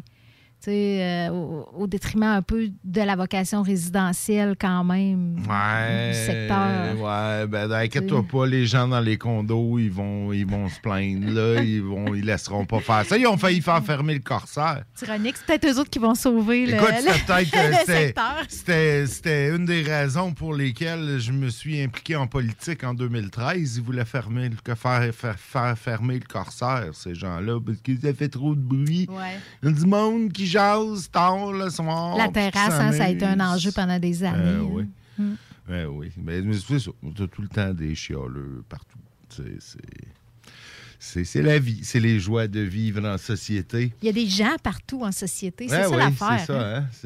au détriment un peu de la vocation résidentielle quand même du secteur. Ouais, ben inquiète-toi pas, les gens dans les condos, ils vont se plaindre, là, ils laisseront pas faire ça. Ils ont failli faire fermer le Corsaire. Tyrannique, c'est peut-être eux autres qui vont sauver le secteur. C'était une des raisons pour lesquelles je me suis impliqué en politique en 2013. Ils voulaient faire fermer le Corsaire, ces gens-là, parce que ça fait trop de bruit. Ouais. Il y a du monde qui jase tard le soir. La terrasse, ça a été un enjeu pendant des années. Oui. Oui. Mais c'est ça. On a tout le temps des chialeux partout. C'est la vie. C'est les joies de vivre en société. Il y a des gens partout en société. C'est ça l'affaire. C'est ça, hein?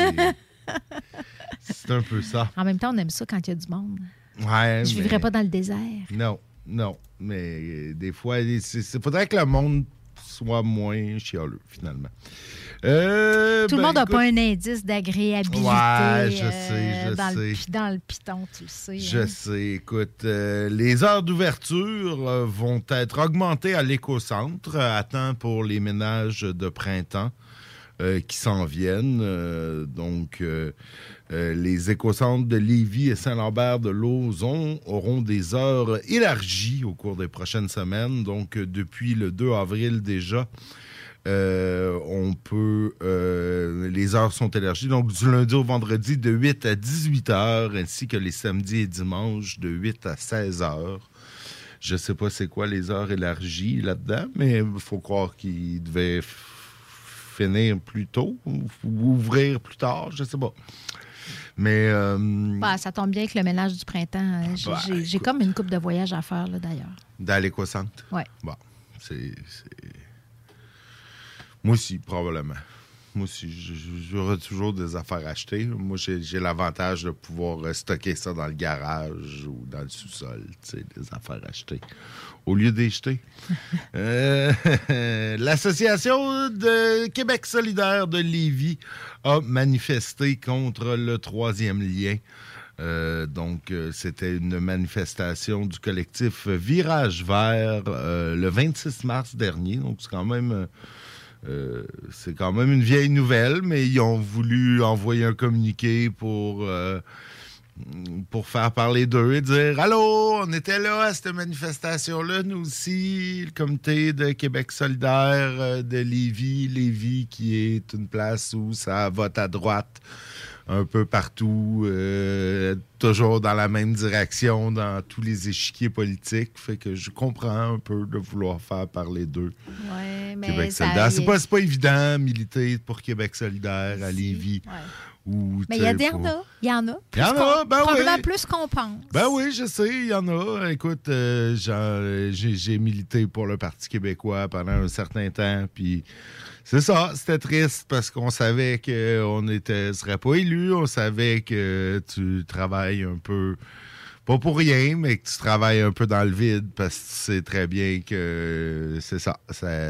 C'est un peu ça. En même temps, on aime ça quand il y a du monde. Ouais, je ne vivrais pas dans le désert. Non. Mais des fois, il faudrait que le monde soit moins chialeux, finalement. Tout le monde n'a pas un indice d'agréabilité. Ouais, je sais. Dans le piton, tu le sais. Je sais. Écoute, les heures d'ouverture vont être augmentées à l'éco-centre à temps pour les ménages de printemps qui s'en viennent. Les éco-centres de Lévis et Saint-Lambert-de-Lauzon auront des heures élargies au cours des prochaines semaines. Donc, depuis le 2 avril déjà, les heures sont élargies. Donc, du lundi au vendredi, de 8 à 18 heures, ainsi que les samedis et dimanches, de 8 à 16 heures. Je ne sais pas c'est quoi les heures élargies là-dedans, mais il faut croire qu'ils devaient finir plus tôt ou ouvrir plus tard, je ne sais pas. Mais ça tombe bien avec le ménage du printemps. J'ai comme une couple de voyages à faire, là, d'ailleurs. Dans l'éco-centre? Oui. Bon, c'est... Moi aussi, probablement. Moi aussi, j'aurai toujours des affaires à acheter. Moi, j'ai l'avantage de pouvoir stocker ça dans le garage ou dans le sous-sol, tu sais, des affaires achetées, au lieu d'y jeter. L'Association de Québec solidaire de Lévis a manifesté contre le troisième lien. C'était une manifestation du collectif Virage Vert le 26 mars dernier. Donc, c'est quand même une vieille nouvelle, mais ils ont voulu envoyer un communiqué pour faire parler d'eux et dire « Allô, on était là à cette manifestation-là, nous aussi, le comité de Québec solidaire de Lévis, qui est une place où ça vote à droite un peu partout, toujours dans la même direction dans tous les échiquiers politiques. Fait que je comprends un peu de vouloir faire parler d'eux. Ouais, mais Québec solidaire. C'est pas évident militer pour Québec solidaire à Lévis. Ouais. Mais il y en a. Il y en a. Probablement plus qu'on pense. Ben oui, je sais, il y en a. Écoute, j'ai milité pour le Parti québécois pendant un certain temps, puis c'est ça, c'était triste parce qu'on savait qu'on ne serait pas élu, on savait que tu travailles un peu pas pour rien, mais que tu travailles un peu dans le vide parce que tu sais très bien que c'est ça.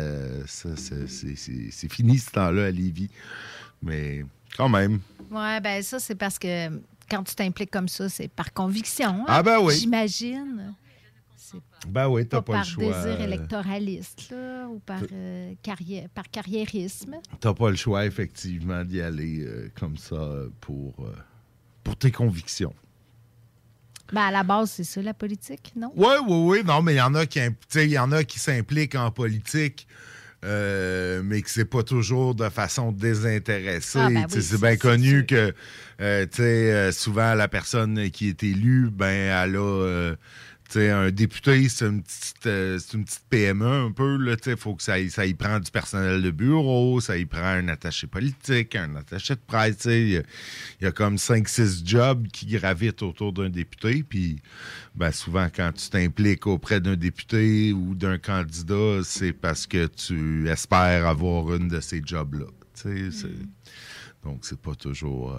C'est fini ce temps-là à Lévis. Mais quand même. Ouais, ben ça, c'est parce que quand tu t'impliques comme ça, c'est par conviction. Hein? Ah ben oui. J'imagine. Ben oui, t'as pas le choix. Par désir électoraliste, là, ou par carriérisme. T'as pas le choix, effectivement, d'y aller comme ça pour tes convictions. Ben à la base, c'est ça, la politique, non? Oui. Non, mais il y en a qui s'impliquent en politique, mais que c'est pas toujours de façon désintéressée. Ah, ben oui, c'est bien connu que souvent, la personne qui est élue, ben elle a... un député, c'est une petite PME un peu. Il faut que ça y prend du personnel de bureau, ça y prend un attaché politique, un attaché de presse. Il y a comme 5-6 jobs qui gravitent autour d'un député. Puis ben, souvent, quand tu t'impliques auprès d'un député ou d'un candidat, c'est parce que tu espères avoir une de ces jobs-là. Donc, c'est pas toujours...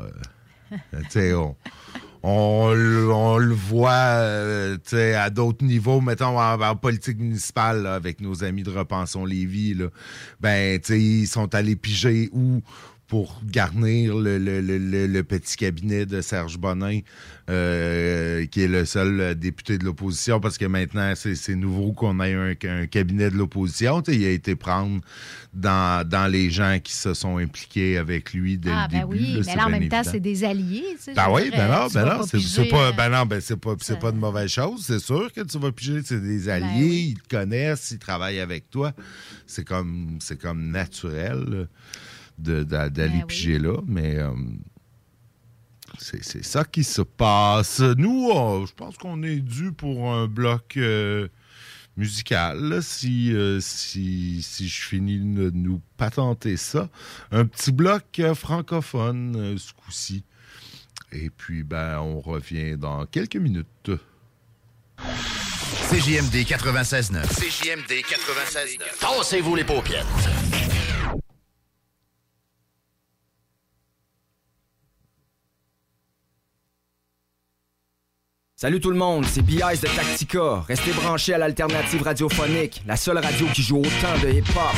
On le voit à d'autres niveaux, mettons en politique municipale, là, avec nos amis de Repensons Lévis. Là, ben, ils sont allés piger où pour garnir le petit cabinet de Serge Bonin, qui est le seul député de l'opposition, parce que maintenant, c'est nouveau qu'on ait un cabinet de l'opposition. Il a été prendre dans les gens qui se sont impliqués avec lui dès le début. Oui, là, mais là, en même temps, c'est des alliés. C'est pas de mauvaise chose. C'est sûr que tu vas piger, c'est des alliés, ils te connaissent, ils travaillent avec toi. C'est comme naturel, là, d'aller piger là, mais c'est ça qui se passe. Nous, je pense qu'on est dû pour un bloc musical, là, si je finis de nous patenter ça. Un petit bloc francophone ce coup-ci. Et puis, ben, on revient dans quelques minutes. CJMD 96.9. CJMD 96.9. Tassez-vous les paupières. Salut tout le monde, c'est B.I.S. de Tactica. Restez branchés à l'alternative radiophonique, la seule radio qui joue autant de hip-hop.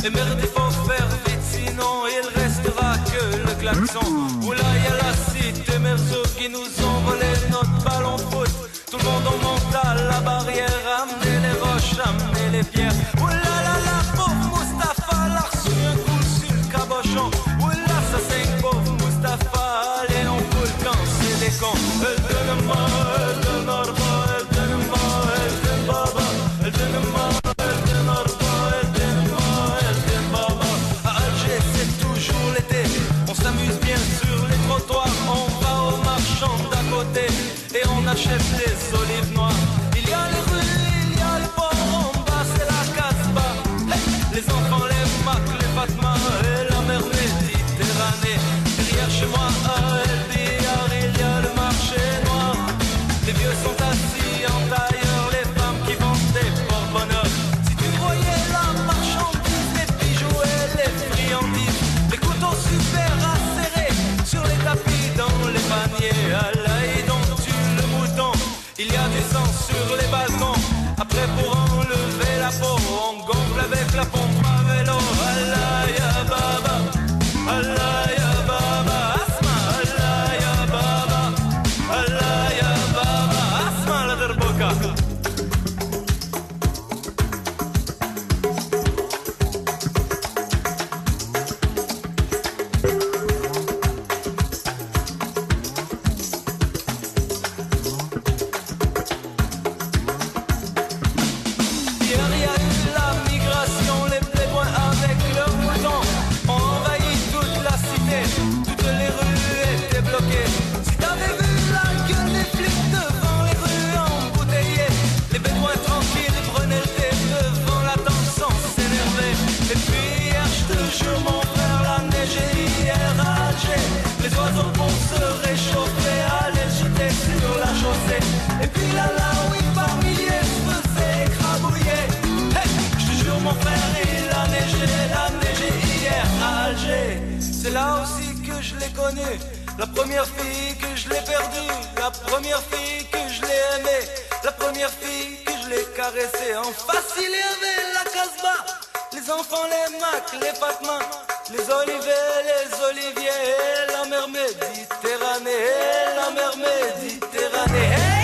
Et merde, il faut faire vite, sinon il restera que le klaxon. Oula, y'a la cité Merzo qui nous ont volé notre ballon de foot. Tout le monde en monte à la barrière, amenez les roches, amenez les pierres. Oula là là, pauvre Mustapha, l'a reçu un coup sur le cabochon. Oula, ça c'est une pauvre Mustapha, allez on fout le camp, c'est des cons. Elle donne-moi, elle donne orba, elle donne-moi, elle donne baba. Elle donne-moi, elle donne orba, elle donne-moi, elle donne baba. À Alger c'est toujours l'été, on s'amuse bien sur les trottoirs. On va au marchand d'à côté et on achète les olives noires. Il y a les rues, il y a le port, en bas c'est la Casbah. Hey, les enfants, les Macs, les Fatma et la mer Méditerranée. Derrière chez moi, à El Bihar, il y a le marché noir. Les vieux sont assis en tailleur, les femmes qui vendent des porte-bonheur. Si tu voyais la marchandise, les bijoux et les friandises, les couteaux super acérés sur les tapis, dans les paniers, à l'ail dont tue le mouton. Il y a du sang sur les balcons. Après pour enlever la peau, on gonfle avec la pompe à vélo. Allah ya baba, Allah ya baba, asma, Allah ya baba, Allah ya baba, asma la derboka. Hier il y a eu la migration, les pléboins avec leurs moutons ont envahi toute la cité, toutes les rues étaient bloquées. Si t'avais vu la gueule des flics devant les rues embouteillées, les bédouins tranquilles prenaient le thé devant la danse sans s'énerver. Et puis hier, je te jure mon frère, la neige est hier à Alger. Les oiseaux vont se réchauffer, aller jeter sur la chaussée. Et puis là, oui, par milliers se faisaient écrabouiller. Hey, je te jure mon frère, il a neigé hier à Alger. C'est là aussi que je l'ai connu, la première fille que je l'ai perdue, la première fille que je l'ai aimée, la première fille que je l'ai caressée. En face il y avait la Casbah, les enfants, les Macs, les Fatma, les olivets, les oliviers, et la mer Méditerranée, et la mer Méditerranée. Hey!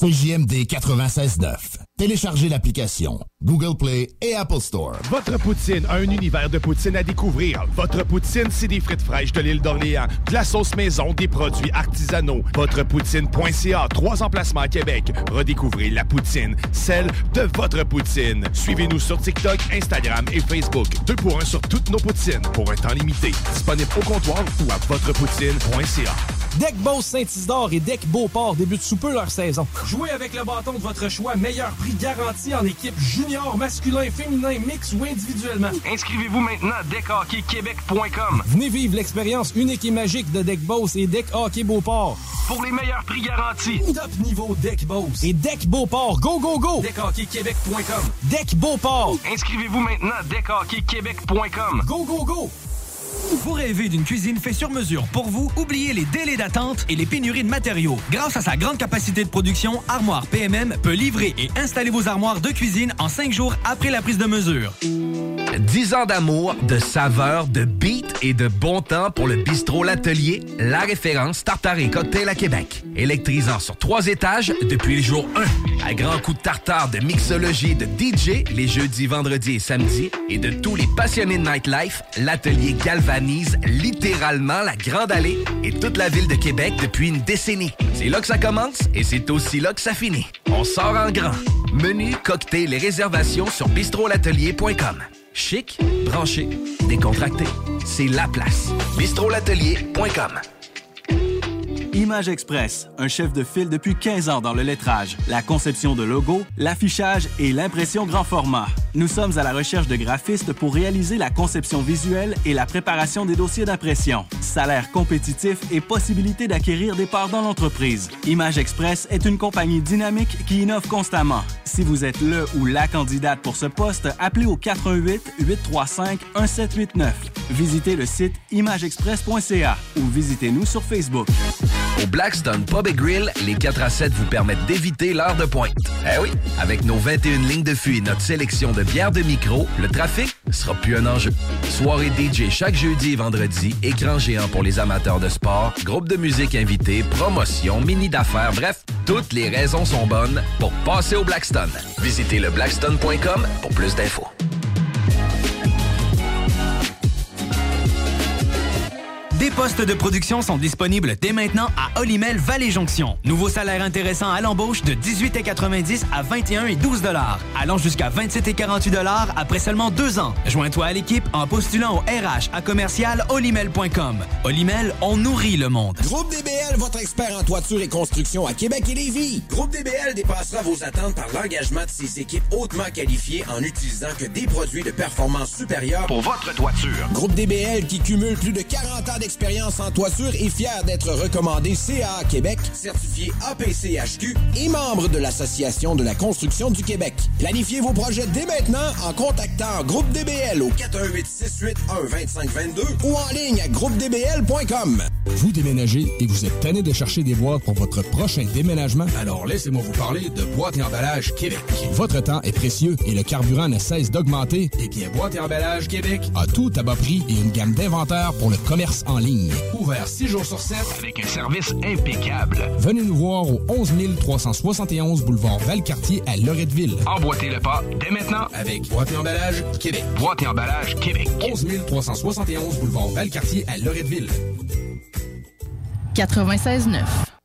CJMD 96.9. Téléchargez l'application Google Play et Apple Store. Votre poutine, un univers de poutine à découvrir. Votre poutine, c'est des frites fraîches de l'île d'Orléans, de la sauce maison, des produits artisanaux. Votrepoutine.ca, 3 emplacements à Québec. Redécouvrez la poutine, celle de votre poutine. Suivez-nous sur TikTok, Instagram et Facebook. 2 pour 1 sur toutes nos poutines, pour un temps limité. Disponible au comptoir ou à votrepoutine.ca. Deck Boss Saint-Isidore et Deck Beauport débutent sous peu leur saison. Jouez avec le bâton de votre choix, meilleur prix garanti en équipe junior, masculin, féminin, mix ou individuellement. Inscrivez-vous maintenant à deckhockeyquebec.com. Venez vivre l'expérience unique et magique de Deck Boss et Deck Hockey Beauport. Pour les meilleurs prix garantis. Top niveau Deck Boss et Deck Beauport. Go, go, go! Deckhockeyquebec.com. Deck Beauport. Inscrivez-vous maintenant à deckhockeyquebec.com. Go, go, go! Vous rêvez d'une cuisine faite sur mesure pour vous? Oubliez les délais d'attente et les pénuries de matériaux. Grâce à sa grande capacité de production, Armoire PMM peut livrer et installer vos armoires de cuisine en 5 jours après la prise de mesure. 10 ans d'amour, de saveur, de beat et de bon temps pour le bistrot L'Atelier, la référence tartare et cocktail à Québec. Électrisant sur 3 étages depuis le jour 1. À grands coups de tartare, de mixologie et de DJ les jeudis, vendredis et samedis. Et de tous les passionnés de nightlife, L'Atelier galvanise littéralement la Grande Allée et toute la ville de Québec depuis une décennie. C'est là que ça commence et c'est aussi là que ça finit. On sort en grand. Menu, cocktail et réservations sur bistrolatelier.com. Chic, branché, décontracté. C'est la place. bistrolatelier.com. Image Express, un chef de file depuis 15 ans dans le lettrage, la conception de logos, l'affichage et l'impression grand format. Nous sommes à la recherche de graphistes pour réaliser la conception visuelle et la préparation des dossiers d'impression. Salaire compétitif et possibilité d'acquérir des parts dans l'entreprise. Image Express est une compagnie dynamique qui innove constamment. Si vous êtes le ou la candidate pour ce poste, appelez au 418-835-1789. Visitez le site imageexpress.ca ou visitez-nous sur Facebook. Au Blackstone Pub & Grill, les 4 à 7 vous permettent d'éviter l'heure de pointe. Eh oui, avec nos 21 lignes de fût et notre sélection de bières de micro, le trafic sera plus un enjeu. Soirée DJ chaque jeudi et vendredi, écran géant pour les amateurs de sport, groupe de musique invité, promotion, mini d'affaires, bref, toutes les raisons sont bonnes pour passer au Blackstone. Visitez le blackstone.com pour plus d'infos. Des postes de production sont disponibles dès maintenant à Olimel Vallée-Jonction. Nouveau salaire intéressant à l'embauche de 18,90 à 21 et 12 $, allant jusqu'à 27 et 48 $ après seulement 2 ans. Joins-toi à l'équipe en postulant au RH à commercial olimel.com. Olimel, on nourrit le monde. Groupe DBL, votre expert en toiture et construction à Québec et Lévis. Groupe DBL dépassera vos attentes par l'engagement de ses équipes hautement qualifiées en utilisant que des produits de performance supérieure pour votre toiture. Groupe DBL qui cumule plus de 40 ans d'expérience en toiture est fier d'être recommandé CA Québec, certifié APCHQ et membre de l'Association de la construction du Québec. Planifiez vos projets dès maintenant en contactant Groupe DBL au 418-681-2522 ou en ligne à groupedbl.com. Vous déménagez et vous êtes tanné de chercher des boîtes pour votre prochain déménagement? Alors laissez-moi vous parler de Boîte et Emballage Québec. Votre temps est précieux et le carburant ne cesse d'augmenter. Eh bien, Boîte et Emballage Québec a tout à bas prix et une gamme d'inventaires pour le commerce en ligne. Ouvert 6 jours sur 7 avec un service impeccable. Venez nous voir au 11 371 boulevard Valcartier à Loretteville. Emboîtez le pas dès maintenant avec Boîte et Emballage Québec. Boîte et Emballage Québec. 11 371 boulevard Valcartier à Loretteville. 96.9.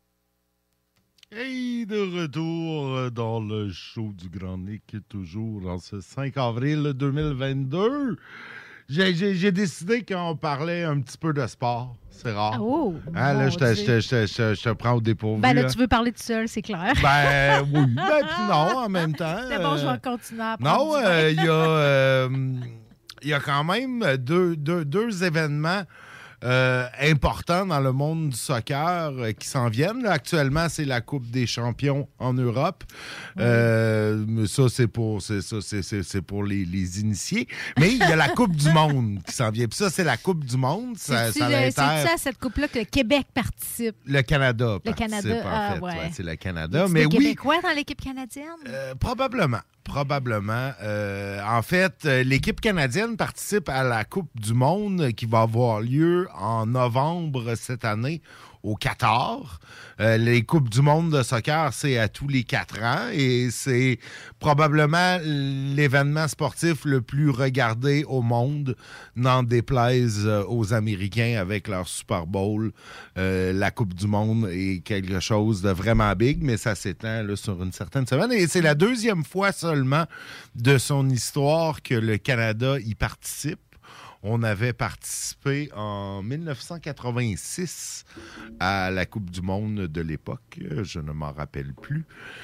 Hey, de retour dans le show du Grand Nick, toujours en ce 5 avril 2022. J'ai décidé qu'on parlait un petit peu de sport. C'est rare. Oh! Hein, là, je te prends au dépourvu. Ben là, tu veux parler tout seul, c'est clair. Ben oui. Ben puis non, en même temps. C'est bon, je vais continuer à apprendre. Non, il y a quand même deux événements importants dans le monde du soccer qui s'en viennent. Là, actuellement, c'est la Coupe des champions en Europe. Mais ça, c'est pour les initiés. Mais il y a la Coupe du monde qui s'en vient. Puis ça, c'est la Coupe du monde. C'est-tu à cette coupe-là que le Québec participe? Le Canada participe, en fait. Ouais, c'est le Canada. Mais oui. Québécois dans l'équipe canadienne? Probablement. En fait, l'équipe canadienne participe à la Coupe du monde qui va avoir lieu en novembre cette année au Qatar. Les Coupes du monde de soccer, c'est à tous les 4 ans et c'est probablement l'événement sportif le plus regardé au monde, n'en déplaise aux Américains avec leur Super Bowl. La Coupe du monde est quelque chose de vraiment big, mais ça s'étend là, sur une certaine semaine. Et c'est la deuxième fois seulement de son histoire que le Canada y participe. On avait participé en 1986 à la Coupe du monde de l'époque. Je ne m'en rappelle plus.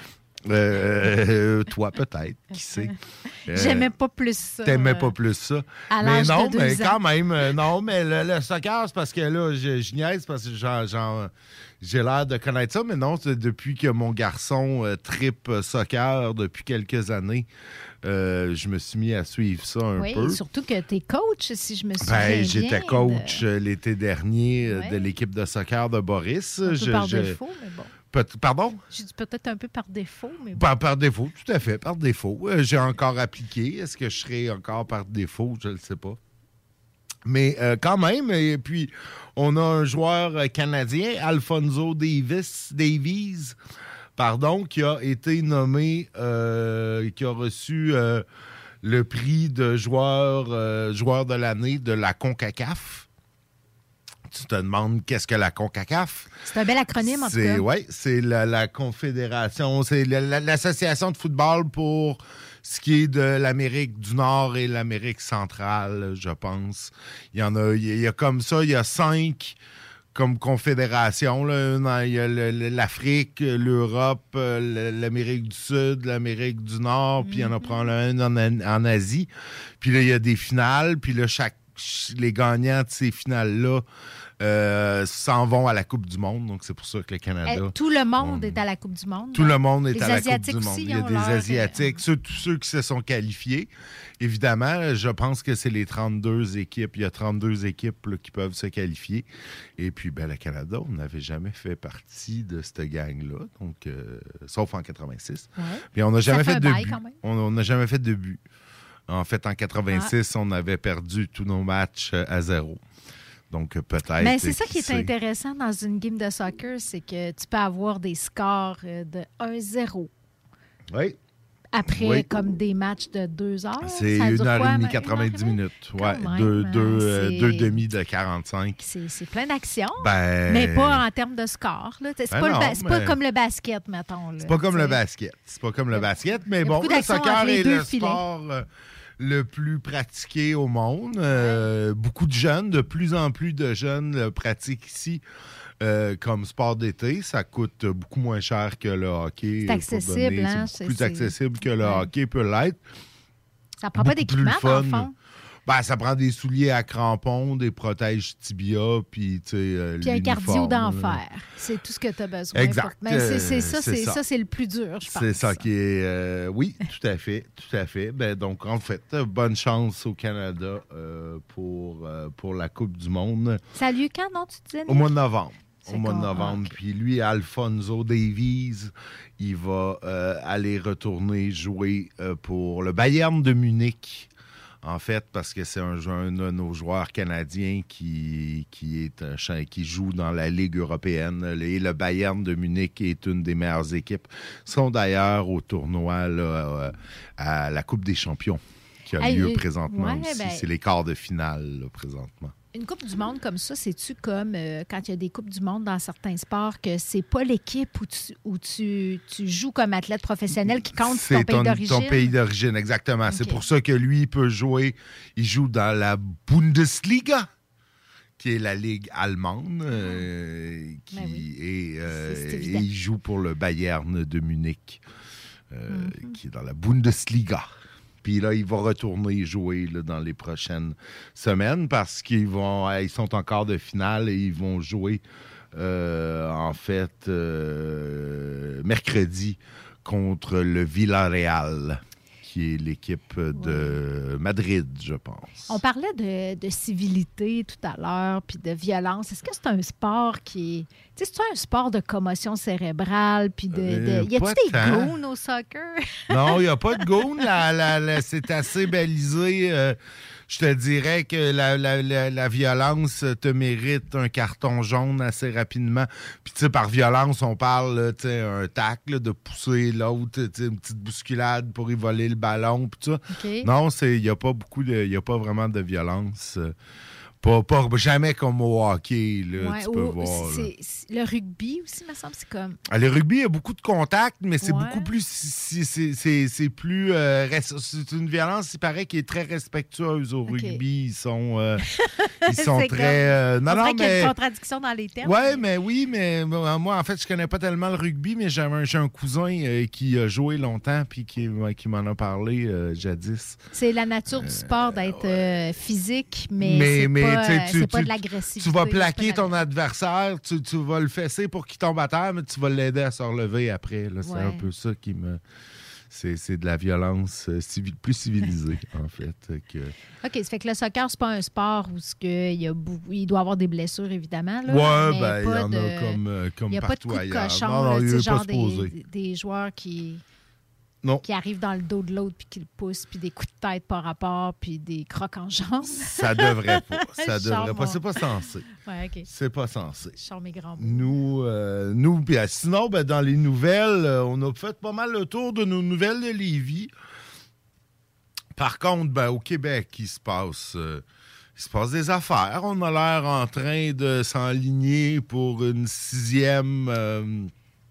Toi, peut-être, qui sait. J'aimais pas plus ça. T'aimais pas plus ça. À mais l'âge non, de 2 mais ans. quand même, non, mais le soccer, c'est parce que là, je niaise parce que j'ai l'air de connaître ça, mais non, c'est depuis que mon garçon trippe soccer depuis quelques années, je me suis mis à suivre ça un peu. Oui, surtout que tu es coach, si je me souviens bien. J'étais coach l'été dernier de l'équipe de soccer de Boris. Un peu par défaut, mais bon. Pardon? Je dis peut-être un peu par défaut, mais bon. Par défaut, tout à fait, par défaut. J'ai encore appliqué. Est-ce que je serai encore par défaut? Je ne le sais pas. Mais quand même, et puis on a un joueur canadien, Alphonso Davies, qui a été nommé, qui a reçu le prix de joueur de l'année de la CONCACAF. Tu te demandes qu'est-ce que la CONCACAF? C'est un bel acronyme, en tout cas. Oui, c'est la confédération, c'est l'association de football pour ce qui est de l'Amérique du Nord et l'Amérique centrale, je pense. Il y a comme ça, il y a 5 comme confédérations. Là. Il y a l'Afrique, l'Europe, l'Amérique du Sud, l'Amérique du Nord, puis il y en a probablement une en Asie. Puis là, il y a des finales, puis là, les gagnants de ces finales-là s'en vont à la Coupe du monde. Donc, c'est pour ça que le Canada... Tout le monde est à la Coupe du monde. Tout le monde est à la Coupe Asiatiques du monde. aussi, Il y a des Asiatiques, tous ceux qui se sont qualifiés. Évidemment, je pense que c'est les 32 équipes. Il y a 32 équipes là, qui peuvent se qualifier. Et puis, le Canada, on n'avait jamais fait partie de cette gang-là, donc sauf en 86. Ouais. Puis on n'a jamais fait de but. On n'a jamais fait de but. En fait, en 86, on avait perdu tous nos matchs à 0. Donc, peut-être... Mais c'est ça qui est intéressant dans une game de soccer, c'est que tu peux avoir des scores de 1-0. Oui. Après, comme des matchs de 2 heures. C'est 1h30, 90 minutes. Oui, deux demi de 45. C'est plein d'actions, mais pas en termes de score. Là. C'est pas comme le basket, mettons. Là, c'est pas comme le basket. C'est pas comme le basket, mais bon, le soccer est le sport le plus pratiqué au monde. Beaucoup de jeunes, de plus en plus de jeunes le pratiquent ici. Comme sport d'été, ça coûte beaucoup moins cher que le hockey. C'est accessible, hein? C'est plus accessible que le hockey peut l'être. Ça prend pas d'équipement, dans le fond. Ça prend des souliers à crampons, des protèges tibia, puis un cardio d'enfer. C'est tout ce que tu as besoin. Exact. Mais c'est le plus dur, je pense. C'est ça qui est... oui, tout à fait, tout à fait. Donc, en fait, bonne chance au Canada pour la Coupe du monde. Ça a lieu quand, non, tu disais? Au mois de novembre. Au mois de novembre. Okay. Puis lui, Alphonso Davies, il va aller retourner jouer pour le Bayern de Munich. En fait, parce que c'est un de nos joueurs canadiens qui joue dans la Ligue européenne. Et le Bayern de Munich est une des meilleures équipes. Ils sont d'ailleurs au tournoi là, à la Coupe des champions qui a lieu présentement aussi. C'est les quarts de finale là, présentement. Une Coupe du monde comme ça, c'est-tu comme quand il y a des Coupes du monde dans certains sports que c'est pas l'équipe où tu joues comme athlète professionnel qui compte, c'est ton pays d'origine? Ton pays d'origine, exactement. Okay. C'est pour ça que lui, il peut jouer. Il joue dans la Bundesliga, qui est la ligue allemande, et il joue pour le Bayern de Munich, qui est dans la Bundesliga. Puis là, il va retourner jouer là, dans les prochaines semaines parce qu'ils sont en quart de finale et ils vont jouer, mercredi contre le Villarreal, qui est l'équipe de Madrid, je pense. On parlait de civilité tout à l'heure, puis de violence. Est-ce que c'est un sport qui est... Tu sais, c'est un sport de commotion cérébrale, puis y a-tu des goons au soccer? Non, il n'y a pas de goons. C'est assez balisé. je te dirais que la violence te mérite un carton jaune assez rapidement. Puis, tu sais, par violence, on parle, tu sais, un tacle, de pousser l'autre, tu sais, une petite bousculade pour y voler le ballon, puis tout ça. Okay. Non, il n'y a pas vraiment de violence. Pas jamais comme au hockey, là, Ouais, tu peux voir. Le rugby aussi, me semble, c'est comme... Le rugby, il y a beaucoup de contacts, mais c'est Ouais. beaucoup plus... C'est plus... c'est une violence, il paraît, qui est très respectueuse au rugby. Ils sont C'est très... on dirait qu'il y a une contradiction dans les termes. mais moi, en fait, je connais pas tellement le rugby, mais j'ai un cousin qui a joué longtemps puis qui m'en a parlé jadis. C'est la nature du sport d'être physique, mais c'est pas de l'agressivité. Tu vas plaquer ton adversaire, tu vas le fesser pour qu'il tombe à terre, mais tu vas l'aider à se relever après. Là. C'est un peu ça qui me... C'est de la violence plus civilisée, en fait. OK, ça fait que le soccer, c'est pas un sport où il doit y avoir des blessures, évidemment. Là, ouais, mais il y en a comme il n'y a partout pas de coups de ailleurs. cochon, Non, là, il genre pas supposé. des joueurs qui arrivent dans le dos de l'autre puis qui le poussent, puis des coups de tête par rapport, puis des crocs en jambes. Ça devrait pas. Ça devrait pas. C'est pas censé. Ouais, OK. C'est pas censé. Je sors mes grands mots. Nous sinon, dans les nouvelles, on a fait pas mal le tour de nos nouvelles de Lévis. Par contre, au Québec, il se passe des affaires. On a l'air en train de s'enligner pour une sixième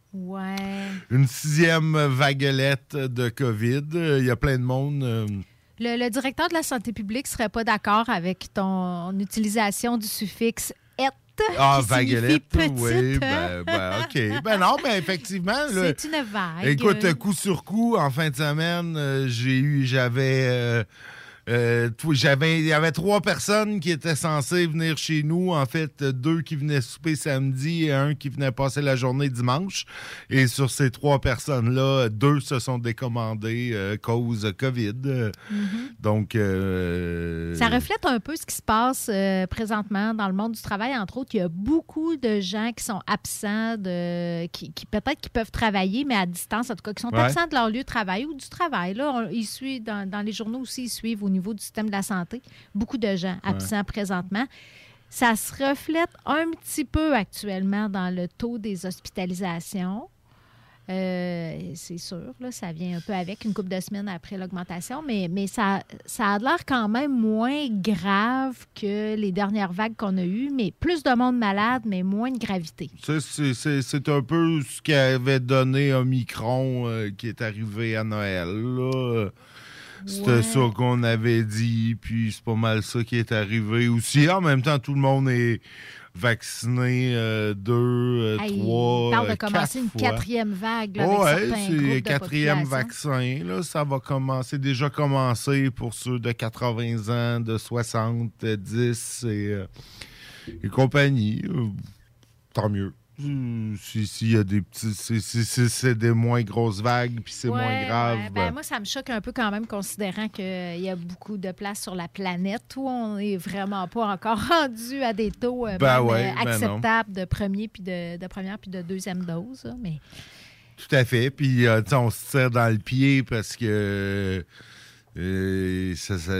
vaguelette de COVID. Il y a plein de monde. Le directeur de la santé publique serait pas d'accord avec ton utilisation du suffixe « et ». Vaguelette, petite. oui. OK. Non, mais effectivement. C'est une vague. Écoute, coup sur coup, en fin de semaine, il y avait 3 personnes qui étaient censées venir chez nous. En fait, 2 qui venaient souper samedi et 1 qui venait passer la journée dimanche. Et sur ces 3 personnes-là, 2 se sont décommandées cause COVID. Donc... ça reflète un peu ce qui se passe présentement dans le monde du travail. Entre autres, il y a beaucoup de gens qui sont absents, qui peut-être qui peuvent travailler, mais à distance, en tout cas, qui sont absents de leur lieu de travail ou du travail. Là, ils suivent dans les journaux aussi, ils suivent au niveau du système de la santé. Beaucoup de gens absents présentement. Ça se reflète un petit peu actuellement dans le taux des hospitalisations. C'est sûr, là, ça vient un peu avec une couple de semaines après l'augmentation, mais ça a l'air quand même moins grave que les dernières vagues qu'on a eues, mais plus de monde malade, mais moins de gravité. C'est un peu ce qu'avait donné Omicron qui est arrivé à Noël, là. C'était ça qu'on avait dit, puis c'est pas mal ça qui est arrivé aussi. En même temps, tout le monde est vacciné 2, 3, il parle de commencer une 4e vague là, avec certains groupes c'est de 4e vaccin. Là, ça va déjà commencer pour ceux de 80 ans, de 70 et compagnie. Tant mieux. S'il y a des petits... C'est des moins grosses vagues, puis c'est moins grave. Moi, ça me choque un peu quand même, considérant qu'il y a beaucoup de places sur la planète où on n'est vraiment pas encore rendu à des taux acceptables de première puis de deuxième dose. Là, mais... Tout à fait. Puis, on se tire dans le pied parce que... la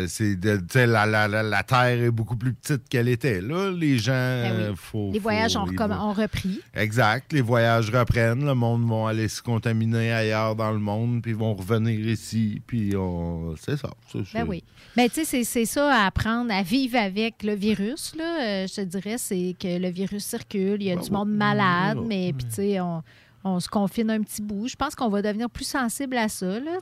Terre est beaucoup plus petite qu'elle était. Là, les gens... les voyages ont repris. Exact. Les voyages reprennent. Le monde va aller se contaminer ailleurs dans le monde, puis ils vont revenir ici. Puis c'est ça. Oui. Mais tu sais, c'est ça à apprendre à vivre avec le virus. Là. Je te dirais, c'est que le virus circule. Il y a du monde malade, mais puis tu sais, on se confine un petit bout. Je pense qu'on va devenir plus sensible à ça. Là.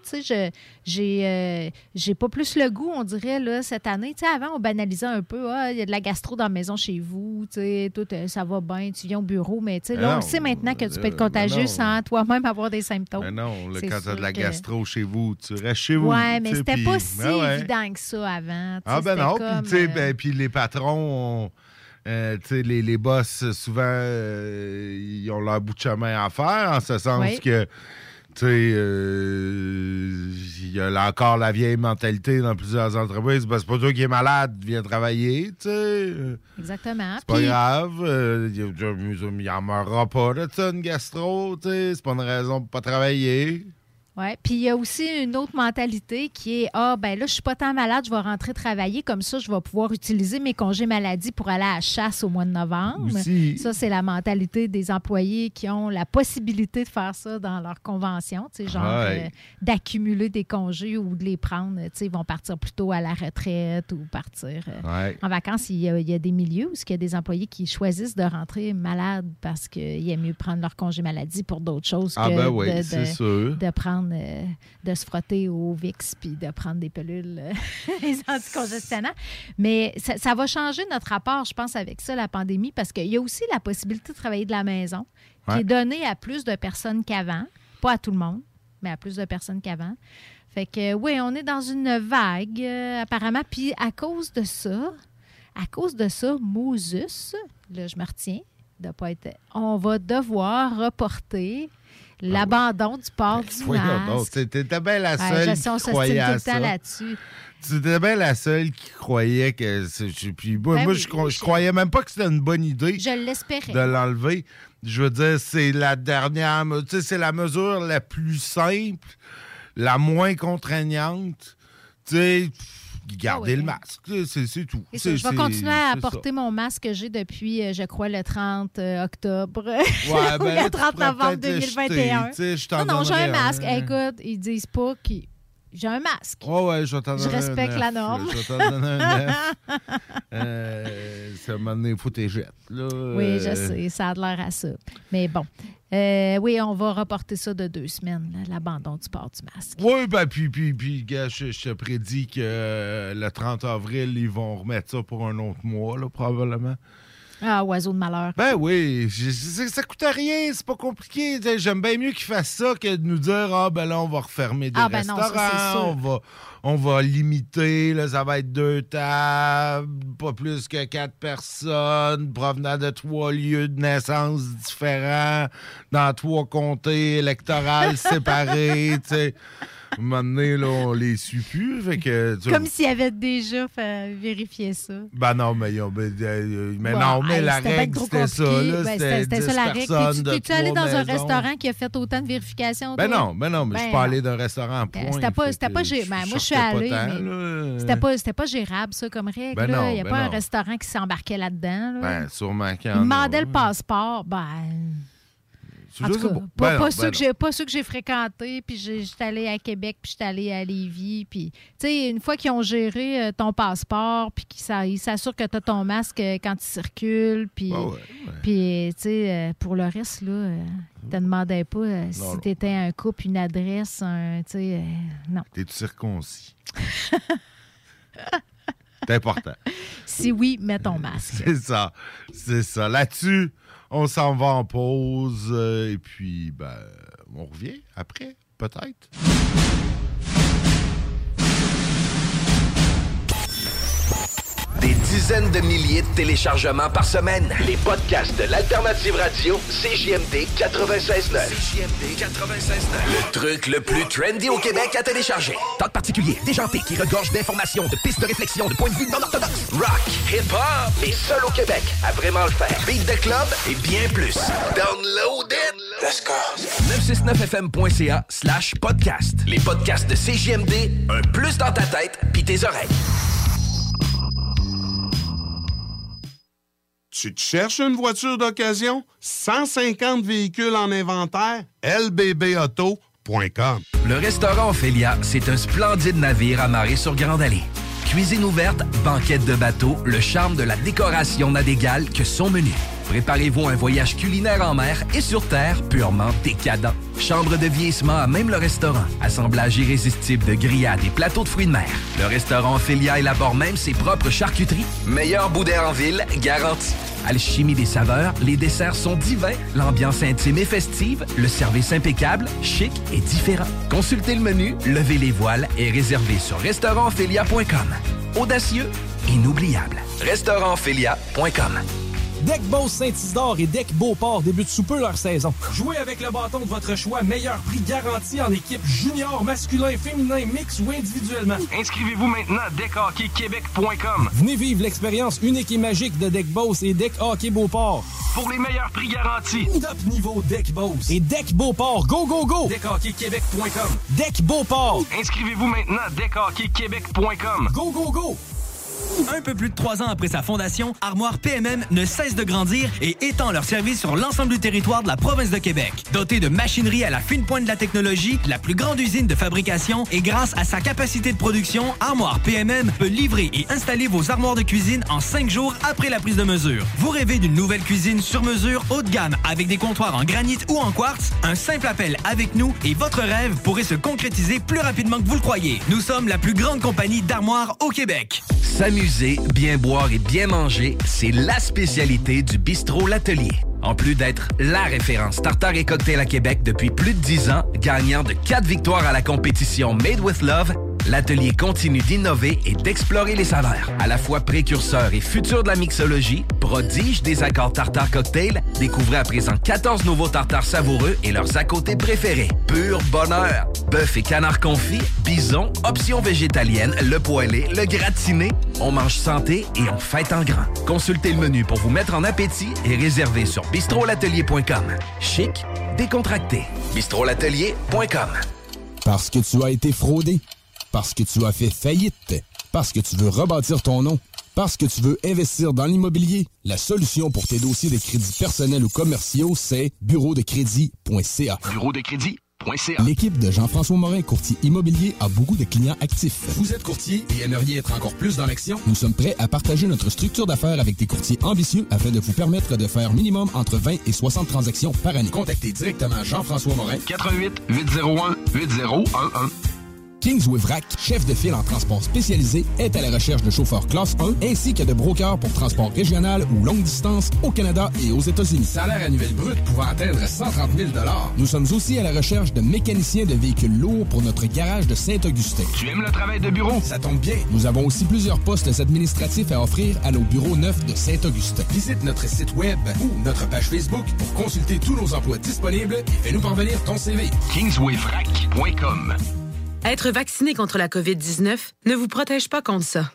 J'ai pas plus le goût, on dirait, là, cette année. T'sais, avant, on banalisait un peu. Il y a de la gastro dans la maison chez vous. Tout, ça va bien, tu viens au bureau. Mais là, on sait maintenant que tu peux être contagieux sans toi-même avoir des symptômes. Mais non, quand tu as de la gastro chez vous, tu restes chez vous. Oui, mais c'était pas si évident que ça avant. Non. Puis les patrons... les boss, souvent, ils ont leur bout de chemin à faire, en ce sens que, il y a encore la vieille mentalité dans plusieurs entreprises. C'est pas toi qui es malade, viens travailler, Exactement. C'est pas grave. Il en meurra pas, une gastro, c'est pas une raison pour pas travailler. Oui, puis il y a aussi une autre mentalité qui est ben là, je suis pas tant malade, je vais rentrer travailler, comme ça, je vais pouvoir utiliser mes congés maladie pour aller à la chasse au mois de novembre. Aussi. Ça, c'est la mentalité des employés qui ont la possibilité de faire ça dans leur convention, tu sais, genre d'accumuler des congés ou de les prendre. Tu sais, ils vont partir plutôt à la retraite ou partir en vacances. Il y a des milieux où il y a des employés qui choisissent de rentrer malades parce qu'il est mieux prendre leur congé maladie pour d'autres choses que de prendre de se frotter au VIX puis de prendre des pilules les anticongestionnants. Mais ça va changer notre rapport, je pense, avec ça, la pandémie, parce qu'il y a aussi la possibilité de travailler de la maison qui est donnée à plus de personnes qu'avant. Pas à tout le monde, mais à plus de personnes qu'avant. Fait que, oui, on est dans une vague, apparemment. Puis à cause de ça, Moses, là, je me retiens de pas être... On va devoir reporter l'abandon du port du masque. T'étais bien la seule qui croyait à ça. Là-dessus. T'étais bien la seule qui croyait que... Puis moi, je croyais même pas que c'était une bonne idée. Je l'espérais. De l'enlever. Je veux dire, c'est la dernière... Tu sais, c'est la mesure la plus simple, la moins contraignante. Tu sais... Garder le masque, c'est tout. Je vais continuer à porter mon masque que j'ai depuis, je crois, le 30 octobre ou le 30 novembre 2021. Non, j'ai un masque. Écoute, ils disent pas que j'ai un masque. Je respecte la norme. Je vais t'en donner un 9. Ça m'a donné, il faut tes jettes. Oui, je sais, ça a l'air à ça. Mais bon. Oui, on va reporter ça de 2 semaines, l'abandon du port du masque. Oui, ben puis gars, je te prédis que le 30 avril, ils vont remettre ça pour un autre mois, là, probablement. Ah, oiseau de malheur. Ben oui, ça coûte rien, c'est pas compliqué. J'aime bien mieux qu'ils fassent ça que de nous dire, ben là, on va refermer des restaurants, non, ça, c'est sûr. On va limiter, là, ça va être 2 tables, pas plus que 4 personnes, provenant de 3 lieux de naissance différents, dans 3 comtés électoraux séparés, tu sais. À un moment donné, là, on les suit plus. Fait que, comme s'ils avaient déjà vérifié ça. Ben non, mais la règle, c'était ça. Là, c'était ça la règle. T'es-tu allé dans un restaurant qui a fait autant de vérifications? Ben non, mais je suis pas allé dans un restaurant à point. C'était pas gérable. Moi, je suis allée, mais c'était pas gérable, ça, comme règle. Il n'y a pas un restaurant qui s'embarquait là-dedans. Là. Ben, sûrement qu'il y en a. Il demandait le passeport. En tout cas, pas ceux que j'ai fréquentés, puis j'étais allée à Québec, puis j'étais allée à Lévis, puis tu sais, une fois qu'ils ont géré ton passeport, puis qu'ils s'assurent que tu as ton masque quand tu circules, puis tu sais, pour le reste, là, te demandais pas si tu étais un couple, une adresse, tu sais, non. T'es-tu circoncis? C'est important. Si oui, mets ton masque. C'est ça. Là-dessus, on s'en va en pause et puis, on revient après, peut-être. Des dizaines de milliers de téléchargements par semaine. Les podcasts de l'Alternative Radio, CJMD 96.9. CJMD 96.9. Le truc le plus trendy au Québec à télécharger. Talk particulier, déjanté, qui regorge d'informations, de pistes de réflexion, de points de vue non orthodoxes. Rock, hip-hop, les seuls au Québec à vraiment le faire. Beat de club et bien plus. Download it! Let's go! 969fm.ca/podcast. Les podcasts de CJMD, un plus dans ta tête pis tes oreilles. Tu te cherches une voiture d'occasion? 150 véhicules en inventaire? lbbauto.com. Le restaurant Ophélia, c'est un splendide navire amarré sur Grande Allée. Cuisine ouverte, banquette de bateau, le charme de la décoration n'a d'égal que son menu. Préparez-vous un voyage culinaire en mer et sur terre purement décadent. Chambre de vieillissement à même le restaurant. Assemblage irrésistible de grillades et plateaux de fruits de mer. Le restaurant Ophélia élabore même ses propres charcuteries. Meilleur boudin en ville, garanti. Alchimie des saveurs, les desserts sont divins, l'ambiance intime et festive, le service impeccable, chic et différent. Consultez le menu, levez les voiles et réservez sur restaurantophélia.com. Audacieux, inoubliable. Restaurantophélia.com. Deck Boss Saint-Isidore et Deck Beauport débutent sous peu leur saison. Jouez avec le bâton de votre choix, meilleur prix garanti en équipe junior, masculin, féminin, mix ou individuellement. Inscrivez-vous maintenant à deckhockeyquebec.com. Venez vivre l'expérience unique et magique de Deck Boss et Deck Hockey Beauport. Pour les meilleurs prix garantis. Top niveau Deck Boss et Deck Beauport. Go, go, go! Deckhockeyquebec.com. Deck Beauport. Inscrivez-vous maintenant à deckhockeyquebec.com. Go, go, go! Un peu plus de 3 ans après sa fondation, Armoire PMM ne cesse de grandir et étend leur service sur l'ensemble du territoire de la province de Québec. Dotée de machinerie à la fine pointe de la technologie, la plus grande usine de fabrication et grâce à sa capacité de production, Armoire PMM peut livrer et installer vos armoires de cuisine en 5 jours après la prise de mesure. Vous rêvez d'une nouvelle cuisine sur mesure haut de gamme avec des comptoirs en granit ou en quartz? Un simple appel avec nous et votre rêve pourrait se concrétiser plus rapidement que vous le croyez. Nous sommes la plus grande compagnie d'armoires au Québec. S'amuser, bien boire et bien manger, c'est la spécialité du bistrot L'Atelier. En plus d'être la référence tartare et cocktail à Québec depuis plus de 10 ans, gagnant de 4 victoires à la compétition Made with Love, l'Atelier continue d'innover et d'explorer les saveurs. À la fois précurseur et futur de la mixologie, prodige des accords tartare cocktail, découvrez à présent 14 nouveaux tartares savoureux et leurs à côté préférés. Pur bonheur! Bœuf et canard confit, bison, options végétaliennes, le poêlé, le gratiné. On mange santé et on fête en grand. Consultez le menu pour vous mettre en appétit et réservez sur bistrolatelier.com. Chic, décontracté. bistrolatelier.com. Parce que tu as été fraudé. Parce que tu as fait faillite. Parce que tu veux rebâtir ton nom. Parce que tu veux investir dans l'immobilier. La solution pour tes dossiers de crédits personnels ou commerciaux, c'est bureaudecrédit.ca. Bureaudecrédit.ca. L'équipe de Jean-François Morin, courtier immobilier, a beaucoup de clients actifs. Vous êtes courtier et aimeriez être encore plus dans l'action? Nous sommes prêts à partager notre structure d'affaires avec des courtiers ambitieux afin de vous permettre de faire minimum entre 20 et 60 transactions par année. Contactez directement Jean-François Morin. 88 801 8011. Kingsway Vrac, chef de file en transport spécialisé, est à la recherche de chauffeurs classe 1 ainsi que de brokers pour transport régional ou longue distance au Canada et aux États-Unis. Salaire annuel brut pouvant atteindre 130 000 $. Nous sommes aussi à la recherche de mécaniciens de véhicules lourds pour notre garage de Saint-Augustin. Tu aimes le travail de bureau? Ça tombe bien. Nous avons aussi plusieurs postes administratifs à offrir à nos bureaux neufs de Saint-Augustin. Visite notre site web ou notre page Facebook pour consulter tous nos emplois disponibles et fais-nous parvenir ton CV. KingswayFrac.com. Être vacciné contre la COVID-19 ne vous protège pas contre ça.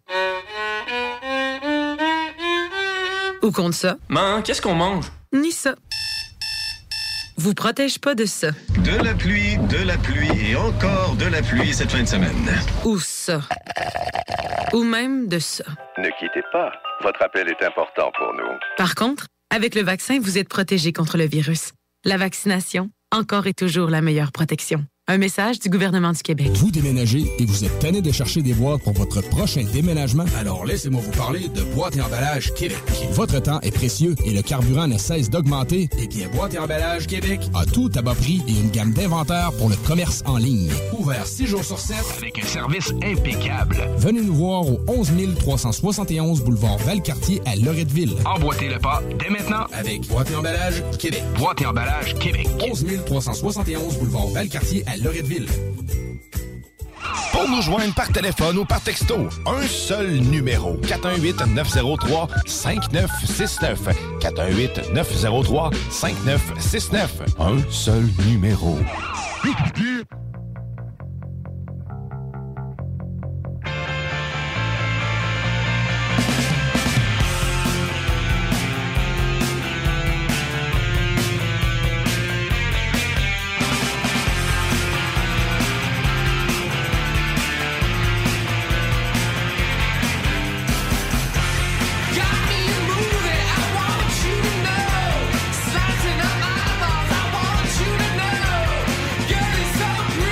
Ou contre ça. Maman, qu'est-ce qu'on mange? Ni ça. Vous protège pas de ça. De la pluie et encore de la pluie cette fin de semaine. Ou ça. Ou même de ça. Ne quittez pas. Votre appel est important pour nous. Par contre, avec le vaccin, vous êtes protégé contre le virus. La vaccination, encore et toujours la meilleure protection. Un message du gouvernement du Québec. Vous déménagez et vous êtes tanné de chercher des boîtes pour votre prochain déménagement? Alors laissez-moi vous parler de Boîte et Emballage Québec. Votre temps est précieux et le carburant ne cesse d'augmenter. Eh bien, Boîte et Emballage Québec a tout à bas prix et une gamme d'inventaires pour le commerce en ligne. Ouvert 6 jours sur 7. Avec un service impeccable. Venez nous voir au 11 371 boulevard Valcartier à Loretteville. Emboîtez le pas dès maintenant avec Boîte et Emballage Québec. Boîte et Emballage Québec. 11 371 boulevard Valcartier à Loretteville. Pour nous joindre par téléphone ou par texto, un seul numéro. 418-903-5969. 418-903-5969. Un seul numéro. Up my eyeballs, I want you to know. Girl, it's so pretty.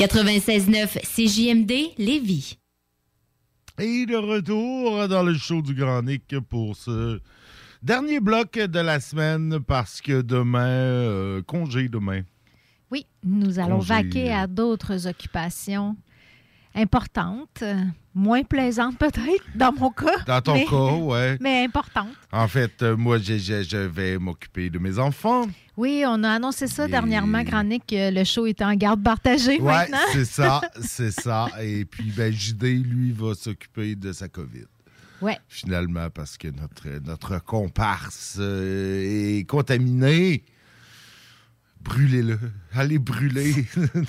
96.9 CJMD Lévis. Et de retour dans le show du Grand Nick pour ce dernier bloc de la semaine parce que demain, congé demain. Oui, nous allons vaquer à d'autres occupations importantes, moins plaisantes peut-être, dans mon cas. Dans ton cas, oui. Mais importantes. En fait, moi, je vais m'occuper de mes enfants. Oui, on a annoncé ça dernièrement, Grand Nick, que le show était en garde partagée maintenant. Oui, c'est ça. Et puis, JD, lui, va s'occuper de sa COVID. Ouais. Finalement, parce que notre comparse est contaminé. Brûlez-le. Allez brûler.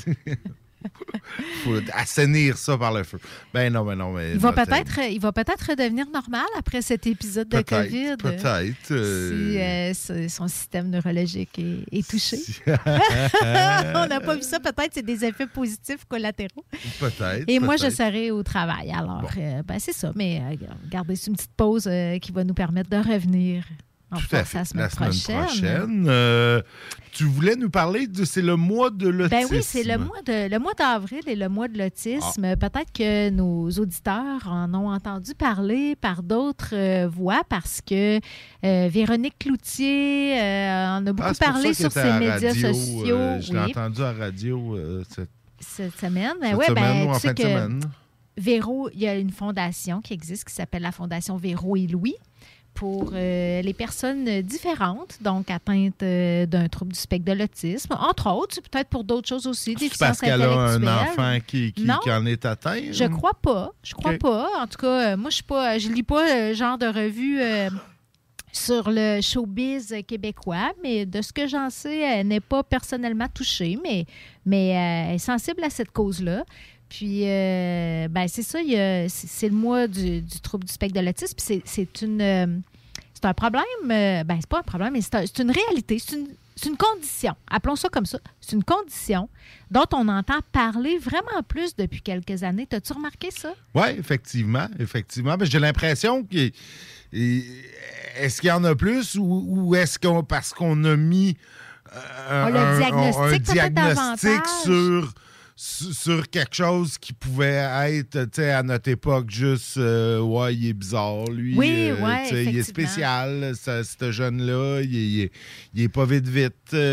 Faut assainir ça par le feu. Ben non. Il va peut-être redevenir normal après cet épisode de COVID. Peut-être. Si son système neurologique est touché. On n'a pas vu ça. Peut-être c'est des effets positifs collatéraux. Peut-être. Et moi, je serai au travail. Alors, c'est ça. Mais gardez une petite pause qui va nous permettre de revenir. Tout à fait. La semaine prochaine. Tu voulais nous parler c'est le mois de l'autisme. Ben oui, c'est le mois d'avril et le mois de l'autisme. Peut-être que nos auditeurs en ont entendu parler par d'autres voix parce que Véronique Cloutier en a beaucoup parlé sur ses médias sociaux. Je l'ai entendu à la radio cette semaine. Ou en fin de semaine. Véro, il y a une fondation qui existe qui s'appelle la Fondation Véro et Louis, pour les personnes différentes, donc atteintes d'un trouble du spectre de l'autisme, entre autres, peut-être pour d'autres choses aussi, des déficiences intellectuelles. Parce qu'elle a un enfant qui en est atteint? Je crois pas. En tout cas, moi, je lis pas genre de revue sur le showbiz québécois, mais de ce que j'en sais, elle n'est pas personnellement touchée, mais elle est sensible à cette cause-là. Puis, c'est ça, c'est le mois du trouble du spectre de l'autisme. Puis c'est un problème, c'est pas un problème, mais c'est une réalité, c'est une condition. Appelons ça comme ça. C'est une condition dont on entend parler vraiment plus depuis quelques années. T'as-tu remarqué ça? Oui, effectivement. Ben, j'ai l'impression que est-ce qu'il y en a plus ou est-ce parce qu'on a mis un diagnostic sur quelque chose qui pouvait être, tu sais, à notre époque, juste, il est bizarre, lui. Oui, il est spécial, ce jeune-là, il est pas vite,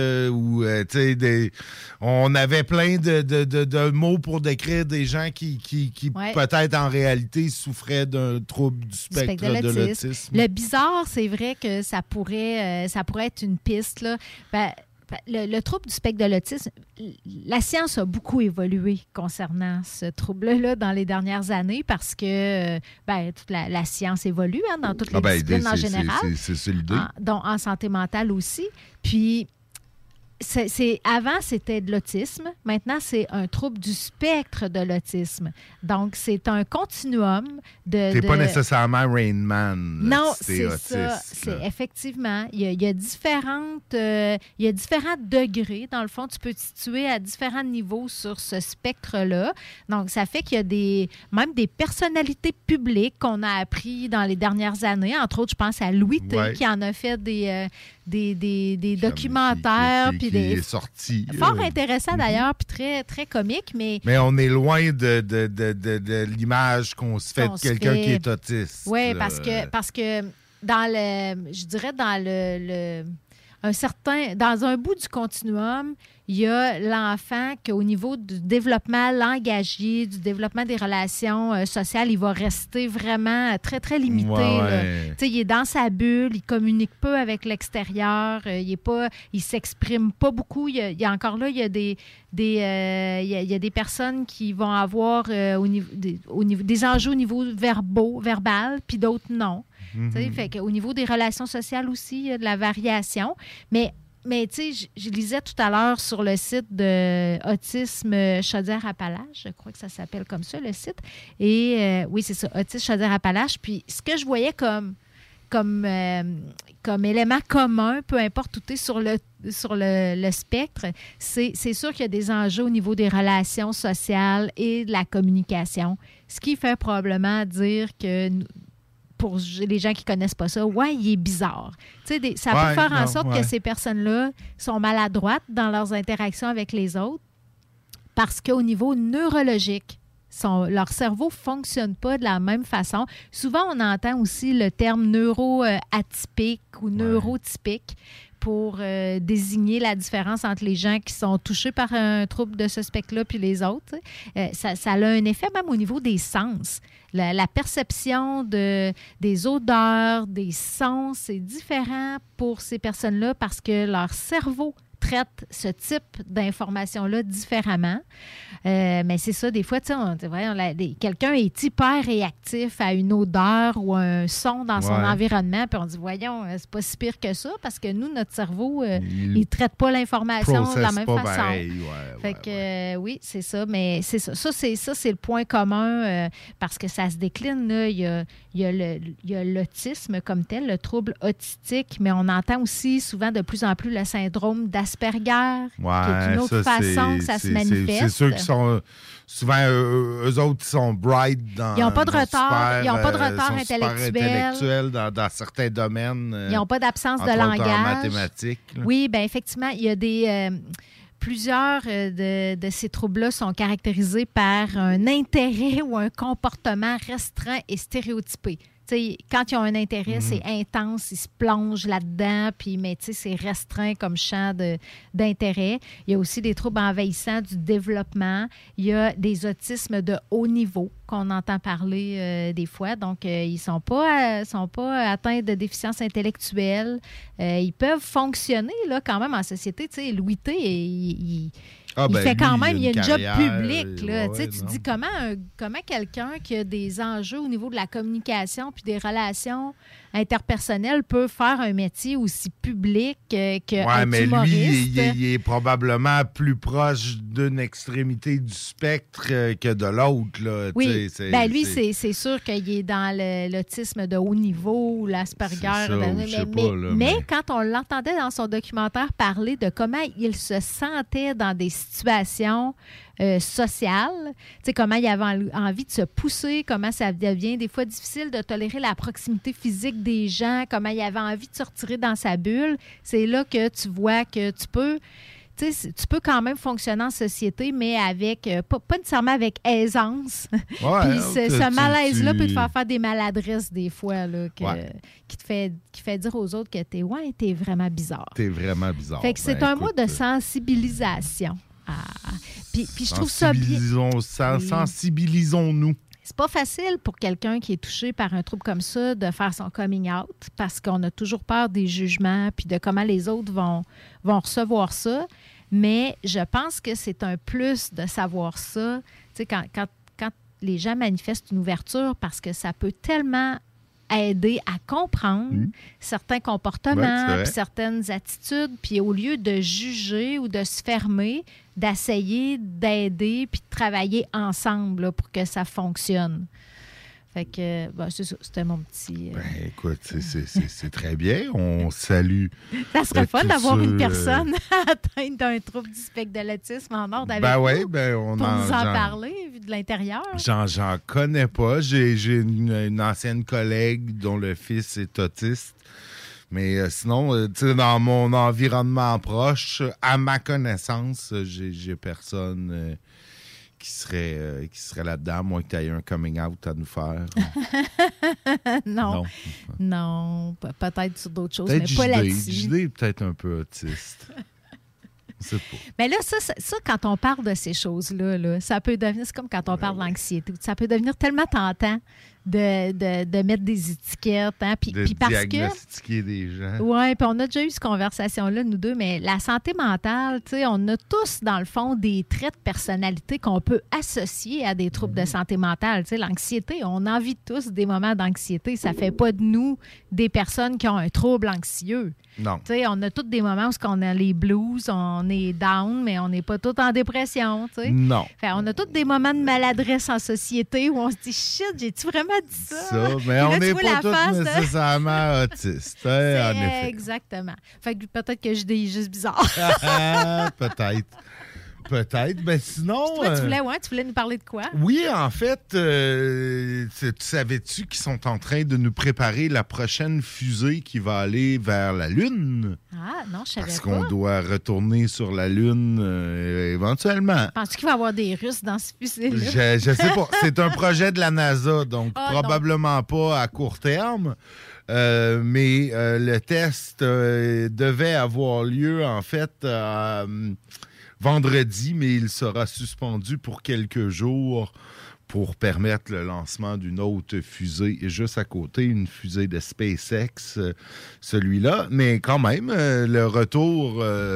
on avait plein de mots pour décrire des gens qui peut-être, en réalité, souffraient d'un trouble du spectre de l'autisme. Le bizarre, c'est vrai que ça pourrait être une piste, là. Le trouble du spectre de l'autisme, la science a beaucoup évolué concernant ce trouble-là dans les dernières années parce que toute la science évolue dans toutes les disciplines en général. C'est l'idée. En santé mentale aussi. Puis, avant, c'était de l'autisme. Maintenant, c'est un trouble du spectre de l'autisme. Donc, c'est un continuum de... T'es pas nécessairement Rain Man. Non, c'est ça. C'est effectivement. Il y a différents degrés. Dans le fond, tu peux te situer à différents niveaux sur ce spectre-là. Donc, ça fait qu'il y a même des personnalités publiques qu'on a appris dans les dernières années. Entre autres, je pense à Louis T, qui en a fait des documentaires. Qui est sorti. Fort intéressant d'ailleurs, puis très, très comique. Mais on est loin de l'image qu'on se fait de quelqu'un qui est autiste. Oui, parce que dans un bout du continuum, il y a l'enfant qu'au niveau du développement langagier, du développement des relations sociales, il va rester vraiment très, très limité. Il est dans sa bulle, il communique peu avec l'extérieur, il s'exprime pas beaucoup. Il y a encore là, il y a des personnes qui vont avoir au niveau des enjeux au niveau verbal, puis d'autres non. Fait qu'au niveau des relations sociales aussi, il y a de la variation. Mais tu sais, je lisais tout à l'heure sur le site de Autisme Chaudière-Appalaches, je crois que ça s'appelle comme ça, le site. Et oui, c'est ça, Autisme Chaudière-Appalaches. Puis ce que je voyais comme élément commun, peu importe où tu es sur le spectre, c'est sûr qu'il y a des enjeux au niveau des relations sociales et de la communication. Ce qui fait probablement dire que... pour les gens qui ne connaissent pas ça, il est bizarre. Ça peut faire en sorte que ces personnes-là sont maladroites dans leurs interactions avec les autres parce qu'au niveau neurologique, leur cerveau ne fonctionne pas de la même façon. Souvent, on entend aussi le terme neuroatypique ou neurotypique pour désigner la différence entre les gens qui sont touchés par un trouble de ce spectre-là puis les autres. Ça a un effet même au niveau des sens. La perception des odeurs, des sons, c'est différent pour ces personnes-là parce que leur cerveau traite ce type d'informations-là différemment. Mais c'est ça, des fois, tu sais, quelqu'un est hyper réactif à une odeur ou un son dans son environnement, puis on dit, voyons, c'est pas si pire que ça, parce que nous, notre cerveau, il ne traite pas l'information de la même façon. Fait que, oui, c'est ça, mais c'est ça. Ça, c'est le point commun, parce que ça se décline, là. Il y a l'autisme comme tel, le trouble autistique, mais on entend aussi souvent de plus en plus le syndrome d'Asperger, qui est une autre façon que ça se manifeste. C'est ceux qui sont souvent, eux autres, qui sont bright dans. Ils n'ont pas de retard, intellectuel dans certains domaines. Ils n'ont pas d'absence de langage. En mathématiques. Là. Oui, bien, effectivement, il y a des. Plusieurs de ces troubles-là sont caractérisés par un intérêt ou un comportement restreint et stéréotypé. T'sais, quand ils ont un intérêt, c'est intense, ils se plongent là-dedans, mais c'est restreint comme champ d'intérêt. Il y a aussi des troubles envahissants du développement. Il y a des autismes de haut niveau qu'on entend parler des fois. Donc, ils ne sont pas atteints de déficience intellectuelle. Ils peuvent fonctionner là, quand même en société. Louis T, il fait quand même, il y a une job publique. Là. Tu te dis comment quelqu'un qui a des enjeux au niveau de la communication puis des relations interpersonnelles peut faire un métier aussi public qu'un mais humoriste. Lui, il est probablement plus proche d'une extrémité du spectre que de l'autre. Là. Oui, lui, c'est sûr qu'il est dans l'autisme de haut niveau ou l'Asperger. Mais quand on l'entendait dans son documentaire parler de comment il se sentait dans des situations sociales, comment il avait envie de se pousser, comment ça devient des fois difficile de tolérer la proximité physique des gens, comment il avait envie de se retirer dans sa bulle, c'est là que tu vois que tu peux quand même fonctionner en société, mais avec pas nécessairement avec aisance. Puis ce malaise-là peut te faire des maladresses des fois, là, qui fait dire aux autres que t'es vraiment bizarre. T'es vraiment bizarre. Fait que c'est un mot de sensibilisation. Puis je trouve ça bien. Sensibilisons-nous. C'est pas facile pour quelqu'un qui est touché par un trouble comme ça de faire son coming out parce qu'on a toujours peur des jugements puis de comment les autres vont recevoir ça. Mais je pense que c'est un plus de savoir ça. Tu sais, quand les gens manifestent une ouverture parce que ça peut tellement aider à comprendre certains comportements, puis certaines attitudes, puis au lieu de juger ou de se fermer, d'essayer d'aider puis de travailler ensemble là, pour que ça fonctionne. Fait que, c'est ça, c'était mon petit... écoute, c'est très bien. On salue... Ça serait fun d'avoir une personne atteinte d'un trouble du spectre de l'autisme en ordre avec nous pour nous en parler, vu de l'intérieur. J'en connais pas. J'ai une ancienne collègue dont le fils est autiste. Mais sinon, dans mon environnement proche, à ma connaissance, j'ai personne... qui serait là-dedans, moins que tu aies un coming out à nous faire. Non, peut-être sur d'autres choses, mais pas là-dessus. JD est peut-être un peu autiste. C'est pas. Mais là, ça, quand on parle de ces choses-là, là, ça peut devenir, c'est comme quand on parle d'anxiété, ça peut devenir tellement tentant de mettre des étiquettes. Hein, puis parce diagnostiquer des gens. Oui, puis on a déjà eu cette conversation-là, nous deux, mais la santé mentale, tu sais, on a tous, dans le fond, des traits de personnalité qu'on peut associer à des troubles de santé mentale. Tu sais, l'anxiété, on en vit tous des moments d'anxiété. Ça fait pas de nous des personnes qui ont un trouble anxieux. Non. Tu sais, on a tous des moments où on a les blues, on est down, mais on n'est pas tous en dépression, tu sais. Non. Fait, on a tous des moments de maladresse en société où on se dit « Shit, j'ai-tu vraiment dit ça? » Mais on n'est pas tous nécessairement autistes, en effet. Exactement. Fait que peut-être que je dis juste bizarre. Peut-être. Peut-être. Ben sinon... Toi, tu voulais nous parler de quoi? Oui, en fait, savais-tu qu'ils sont en train de nous préparer la prochaine fusée qui va aller vers la Lune? Ah, non, je savais Parce pas. qu'on doit retourner sur la Lune éventuellement. Penses-tu qu'il va y avoir des Russes dans ce fusée-là? Je sais pas. C'est un projet de la NASA, donc probablement pas à court terme. Mais le test devait avoir lieu, en fait, vendredi, mais il sera suspendu pour quelques jours pour permettre le lancement d'une autre fusée juste à côté, une fusée de SpaceX, celui-là. Mais quand même, le retour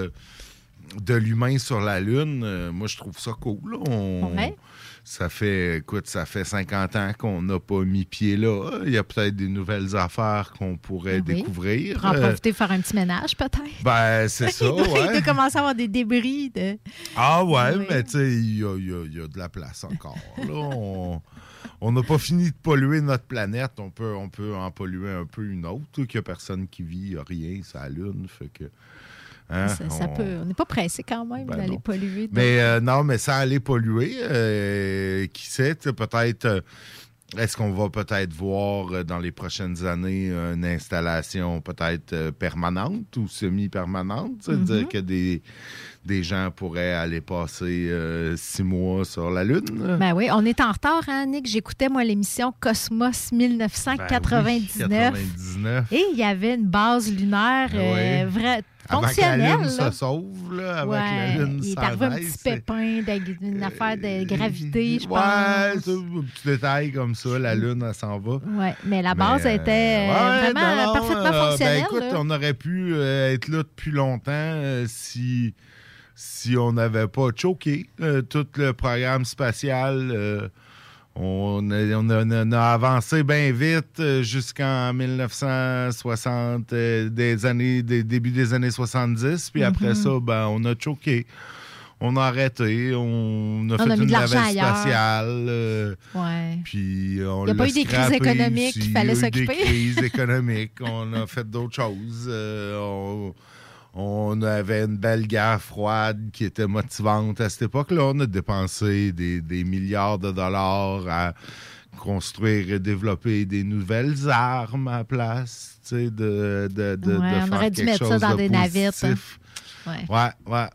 de l'humain sur la Lune, moi, je trouve ça cool. Ça fait 50 ans qu'on n'a pas mis pied là. Il y a peut-être des nouvelles affaires qu'on pourrait découvrir. Pour en profiter, faire un petit ménage, peut-être. Ben, c'est ça, ouais. De commencer à avoir des débris. Ah ouais, mais tu sais, il y a de la place encore. Là, on n'a pas fini de polluer notre planète. On peut en polluer un peu une autre. Qu'il n'y a personne qui vit, il n'y a rien, c'est la Lune. Fait que... Hein, ça peut. On n'est pas pressé quand même d'aller polluer. Mais non, mais sans aller polluer, qui sait, peut-être. Est-ce qu'on va peut-être voir dans les prochaines années une installation peut-être permanente ou semi-permanente? C'est-à-dire que des gens pourraient aller passer 6 mois sur la Lune? Ben oui, on est en retard, hein, Nick? J'écoutais, moi, l'émission Cosmos 1999. Ben oui, 99. Et il y avait une base lunaire fonctionnelle. Avant que la Lune se sauve, là, avant que la Lune il est s'en arrivé un aille, petit pépin d'une affaire de gravité, je pense. Ouais, un petit détail comme ça, la Lune, elle s'en va. Oui, mais la base était vraiment parfaitement fonctionnelle. Ben écoute, on aurait pu être là depuis longtemps si on n'avait pas choqué tout le programme spatial. On a avancé bien vite jusqu'en 1960, début des années 70. Puis après ça, on a choqué. On a arrêté. On a fait une navette spatiale. Puis il n'y a pas eu des crises économiques qu'il fallait s'occuper. Il y a eu des crises économiques. On a fait d'autres choses. On avait une belle guerre froide qui était motivante à cette époque-là. On a dépensé des milliards de dollars à construire et développer des nouvelles armes à la place, tu sais, de on aurait dû mettre ça dans des navettes. Ouais.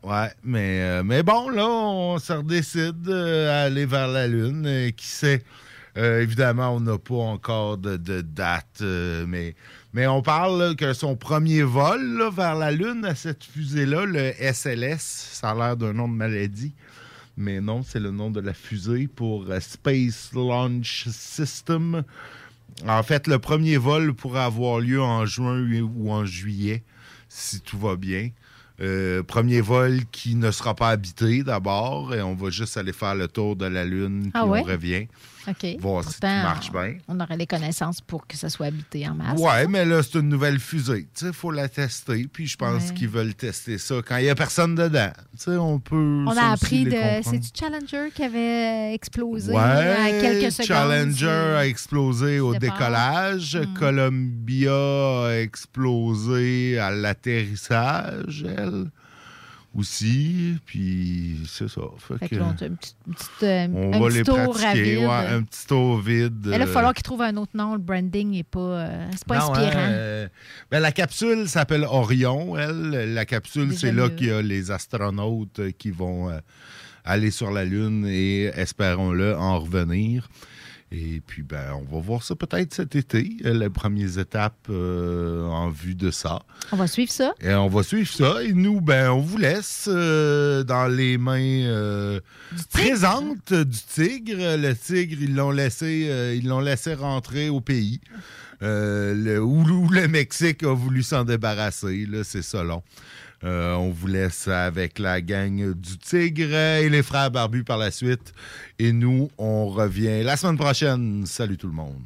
Mais bon, là, on se redécide à aller vers la Lune. Qui sait? Évidemment, on n'a pas encore de date, mais on parle là, que son premier vol là, vers la Lune à cette fusée-là, le SLS, ça a l'air d'un nom de maladie, mais non, c'est le nom de la fusée pour Space Launch System. En fait, le premier vol pourrait avoir lieu en juin ou en juillet, si tout va bien. Premier vol qui ne sera pas habité d'abord, et on va juste aller faire le tour de la Lune, puis on revient. OK. Voir si tout marche bien. On aurait les connaissances pour que ça soit habité en masse. Ouais, mais là, c'est une nouvelle fusée. Il faut la tester, puis je pense qu'ils veulent tester ça quand il n'y a personne dedans. On peut. On a appris de. C'est-tu Challenger qui avait explosé à quelques secondes? Challenger a explosé au décollage. Columbia a explosé à l'atterrissage, elle. Aussi, puis c'est ça. Fait que on va les pratiquer, un petit tour vide. Là, il va falloir qu'ils trouvent un autre nom. Le branding n'est pas, c'est pas inspirant. La capsule s'appelle Orion, elle. La capsule, c'est là qu'il y a les astronautes qui vont aller sur la Lune et, espérons-le, en revenir. Et puis, on va voir ça peut-être cet été, les premières étapes en vue de ça. On va suivre ça. Et on va suivre ça. Et nous, on vous laisse dans les mains présentes du tigre. Le tigre, ils l'ont laissé rentrer au pays. Où le Mexique a voulu s'en débarrasser. Là, c'est ça, long. On vous laisse avec la gang du Tigre et les frères barbus par la suite. Et nous, on revient la semaine prochaine. Salut tout le monde.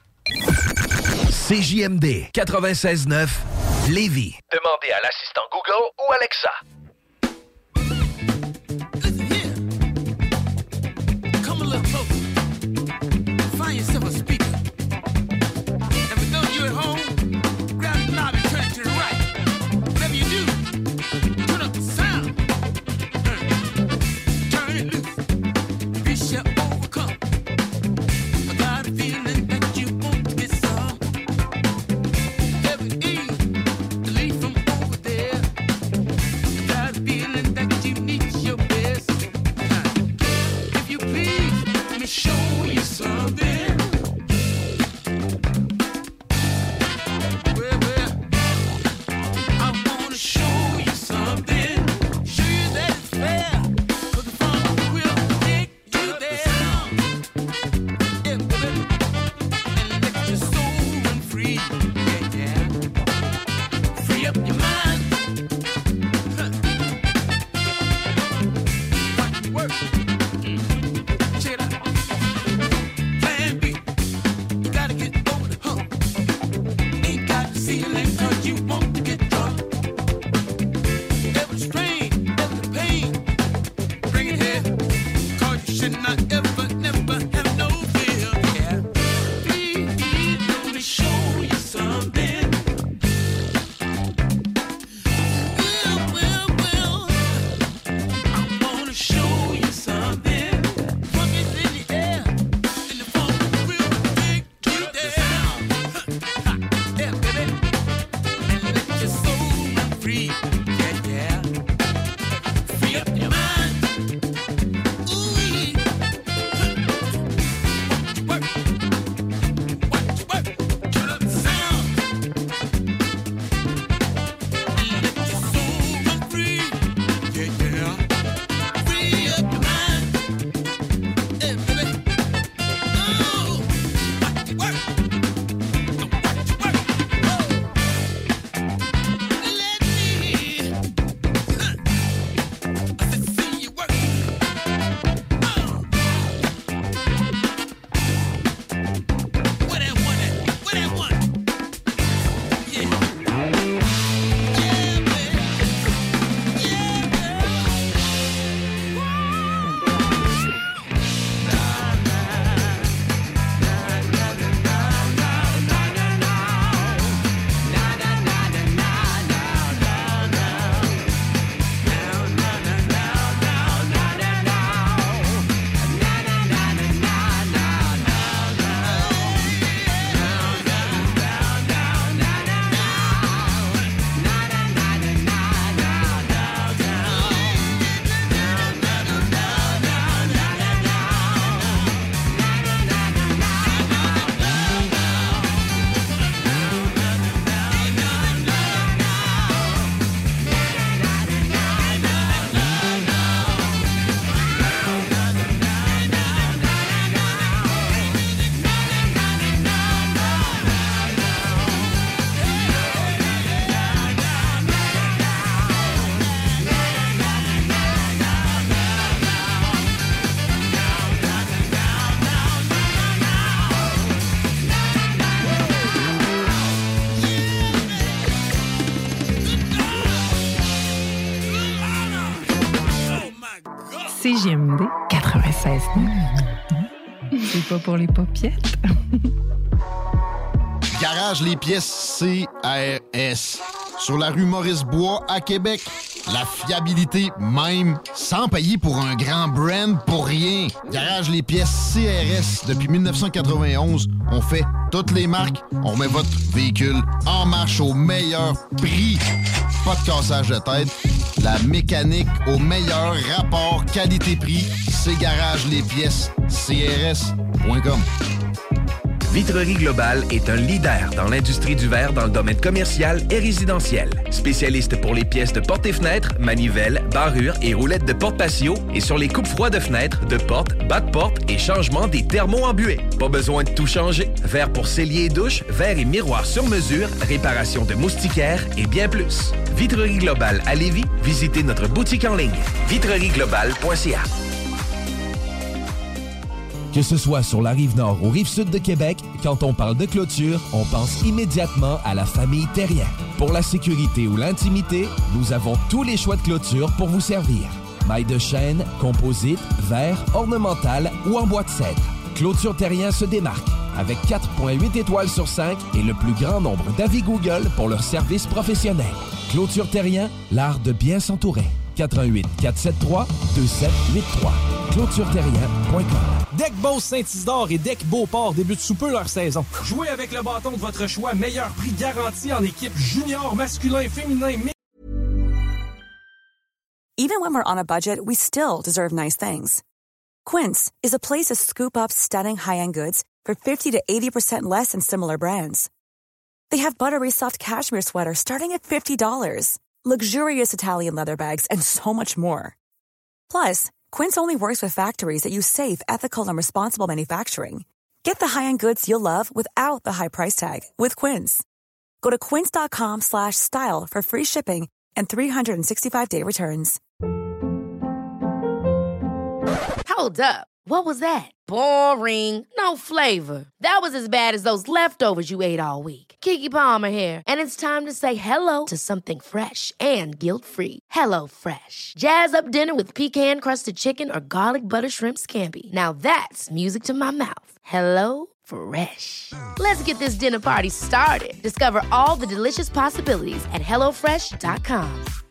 CJMD 96.9 Lévis. Demandez à l'assistant Google ou Alexa. Come a little closer. Find yourself a speaker. And for those of you at home, grab the knob and turn it to the right. Whatever you do, turn up the sound. CJMD 96. C'est pas pour les paupiètes. Garage Les Pièces CRS. Sur la rue Maurice-Bois à Québec. La fiabilité même, sans payer pour un grand brand pour rien. Garage Les Pièces CRS. Depuis 1991, on fait toutes les marques. On met votre véhicule en marche au meilleur prix. Pas de cassage de tête. La mécanique au meilleur rapport qualité-prix. C'est Garage Les Pièces CRS.com. Vitrerie Globale est un leader dans l'industrie du verre dans le domaine commercial et résidentiel. Spécialiste pour les pièces de portes et fenêtres, manivelles, barrures et roulettes de porte-patio et sur les coupes-froids de fenêtres, de portes, bas de porte et changement des thermos embués. Pas besoin de tout changer. Verre pour cellier et douche, verre et miroirs sur mesure, réparation de moustiquaires et bien plus. Vitrerie Globale à Lévis, visitez notre boutique en ligne. vitrerieglobale.ca. Que ce soit sur la Rive-Nord ou Rive-Sud de Québec, quand on parle de clôture, on pense immédiatement à la famille Terrien. Pour la sécurité ou l'intimité, nous avons tous les choix de clôture pour vous servir. Mailles de chêne, composite, verre, ornemental ou en bois de cèdre. Clôture Terrien se démarque avec 4,8 étoiles sur 5 et le plus grand nombre d'avis Google pour leur service professionnel. Clôture Terrien, l'art de bien s'entourer. 88 473 2783. ClôtureTerrien.com. Deck Boss Saint-Isidore et Deck Beauport débutent sous peu leur saison. Jouez avec le bâton de votre choix, meilleur prix garanti en équipe junior, masculin, féminin. Even when we're on a budget, we still deserve nice things. Quince is a place to scoop up stunning high-end goods for 50 to 80% less than similar brands. They have buttery soft cashmere sweaters starting at $50, luxurious Italian leather bags, and so much more. Plus, Quince only works with factories that use safe, ethical, and responsible manufacturing. Get the high-end goods you'll love without the high price tag with Quince. Go to quince.com/style for free shipping and 365-day returns. Hold up. What was that? Boring. No flavor. That was as bad as those leftovers you ate all week. Keke Palmer here, and it's time to say hello to something fresh and guilt-free. Hello Fresh. Jazz up dinner with pecan-crusted chicken or garlic butter shrimp scampi. Now that's music to my mouth. Hello Fresh. Let's get this dinner party started. Discover all the delicious possibilities at HelloFresh.com.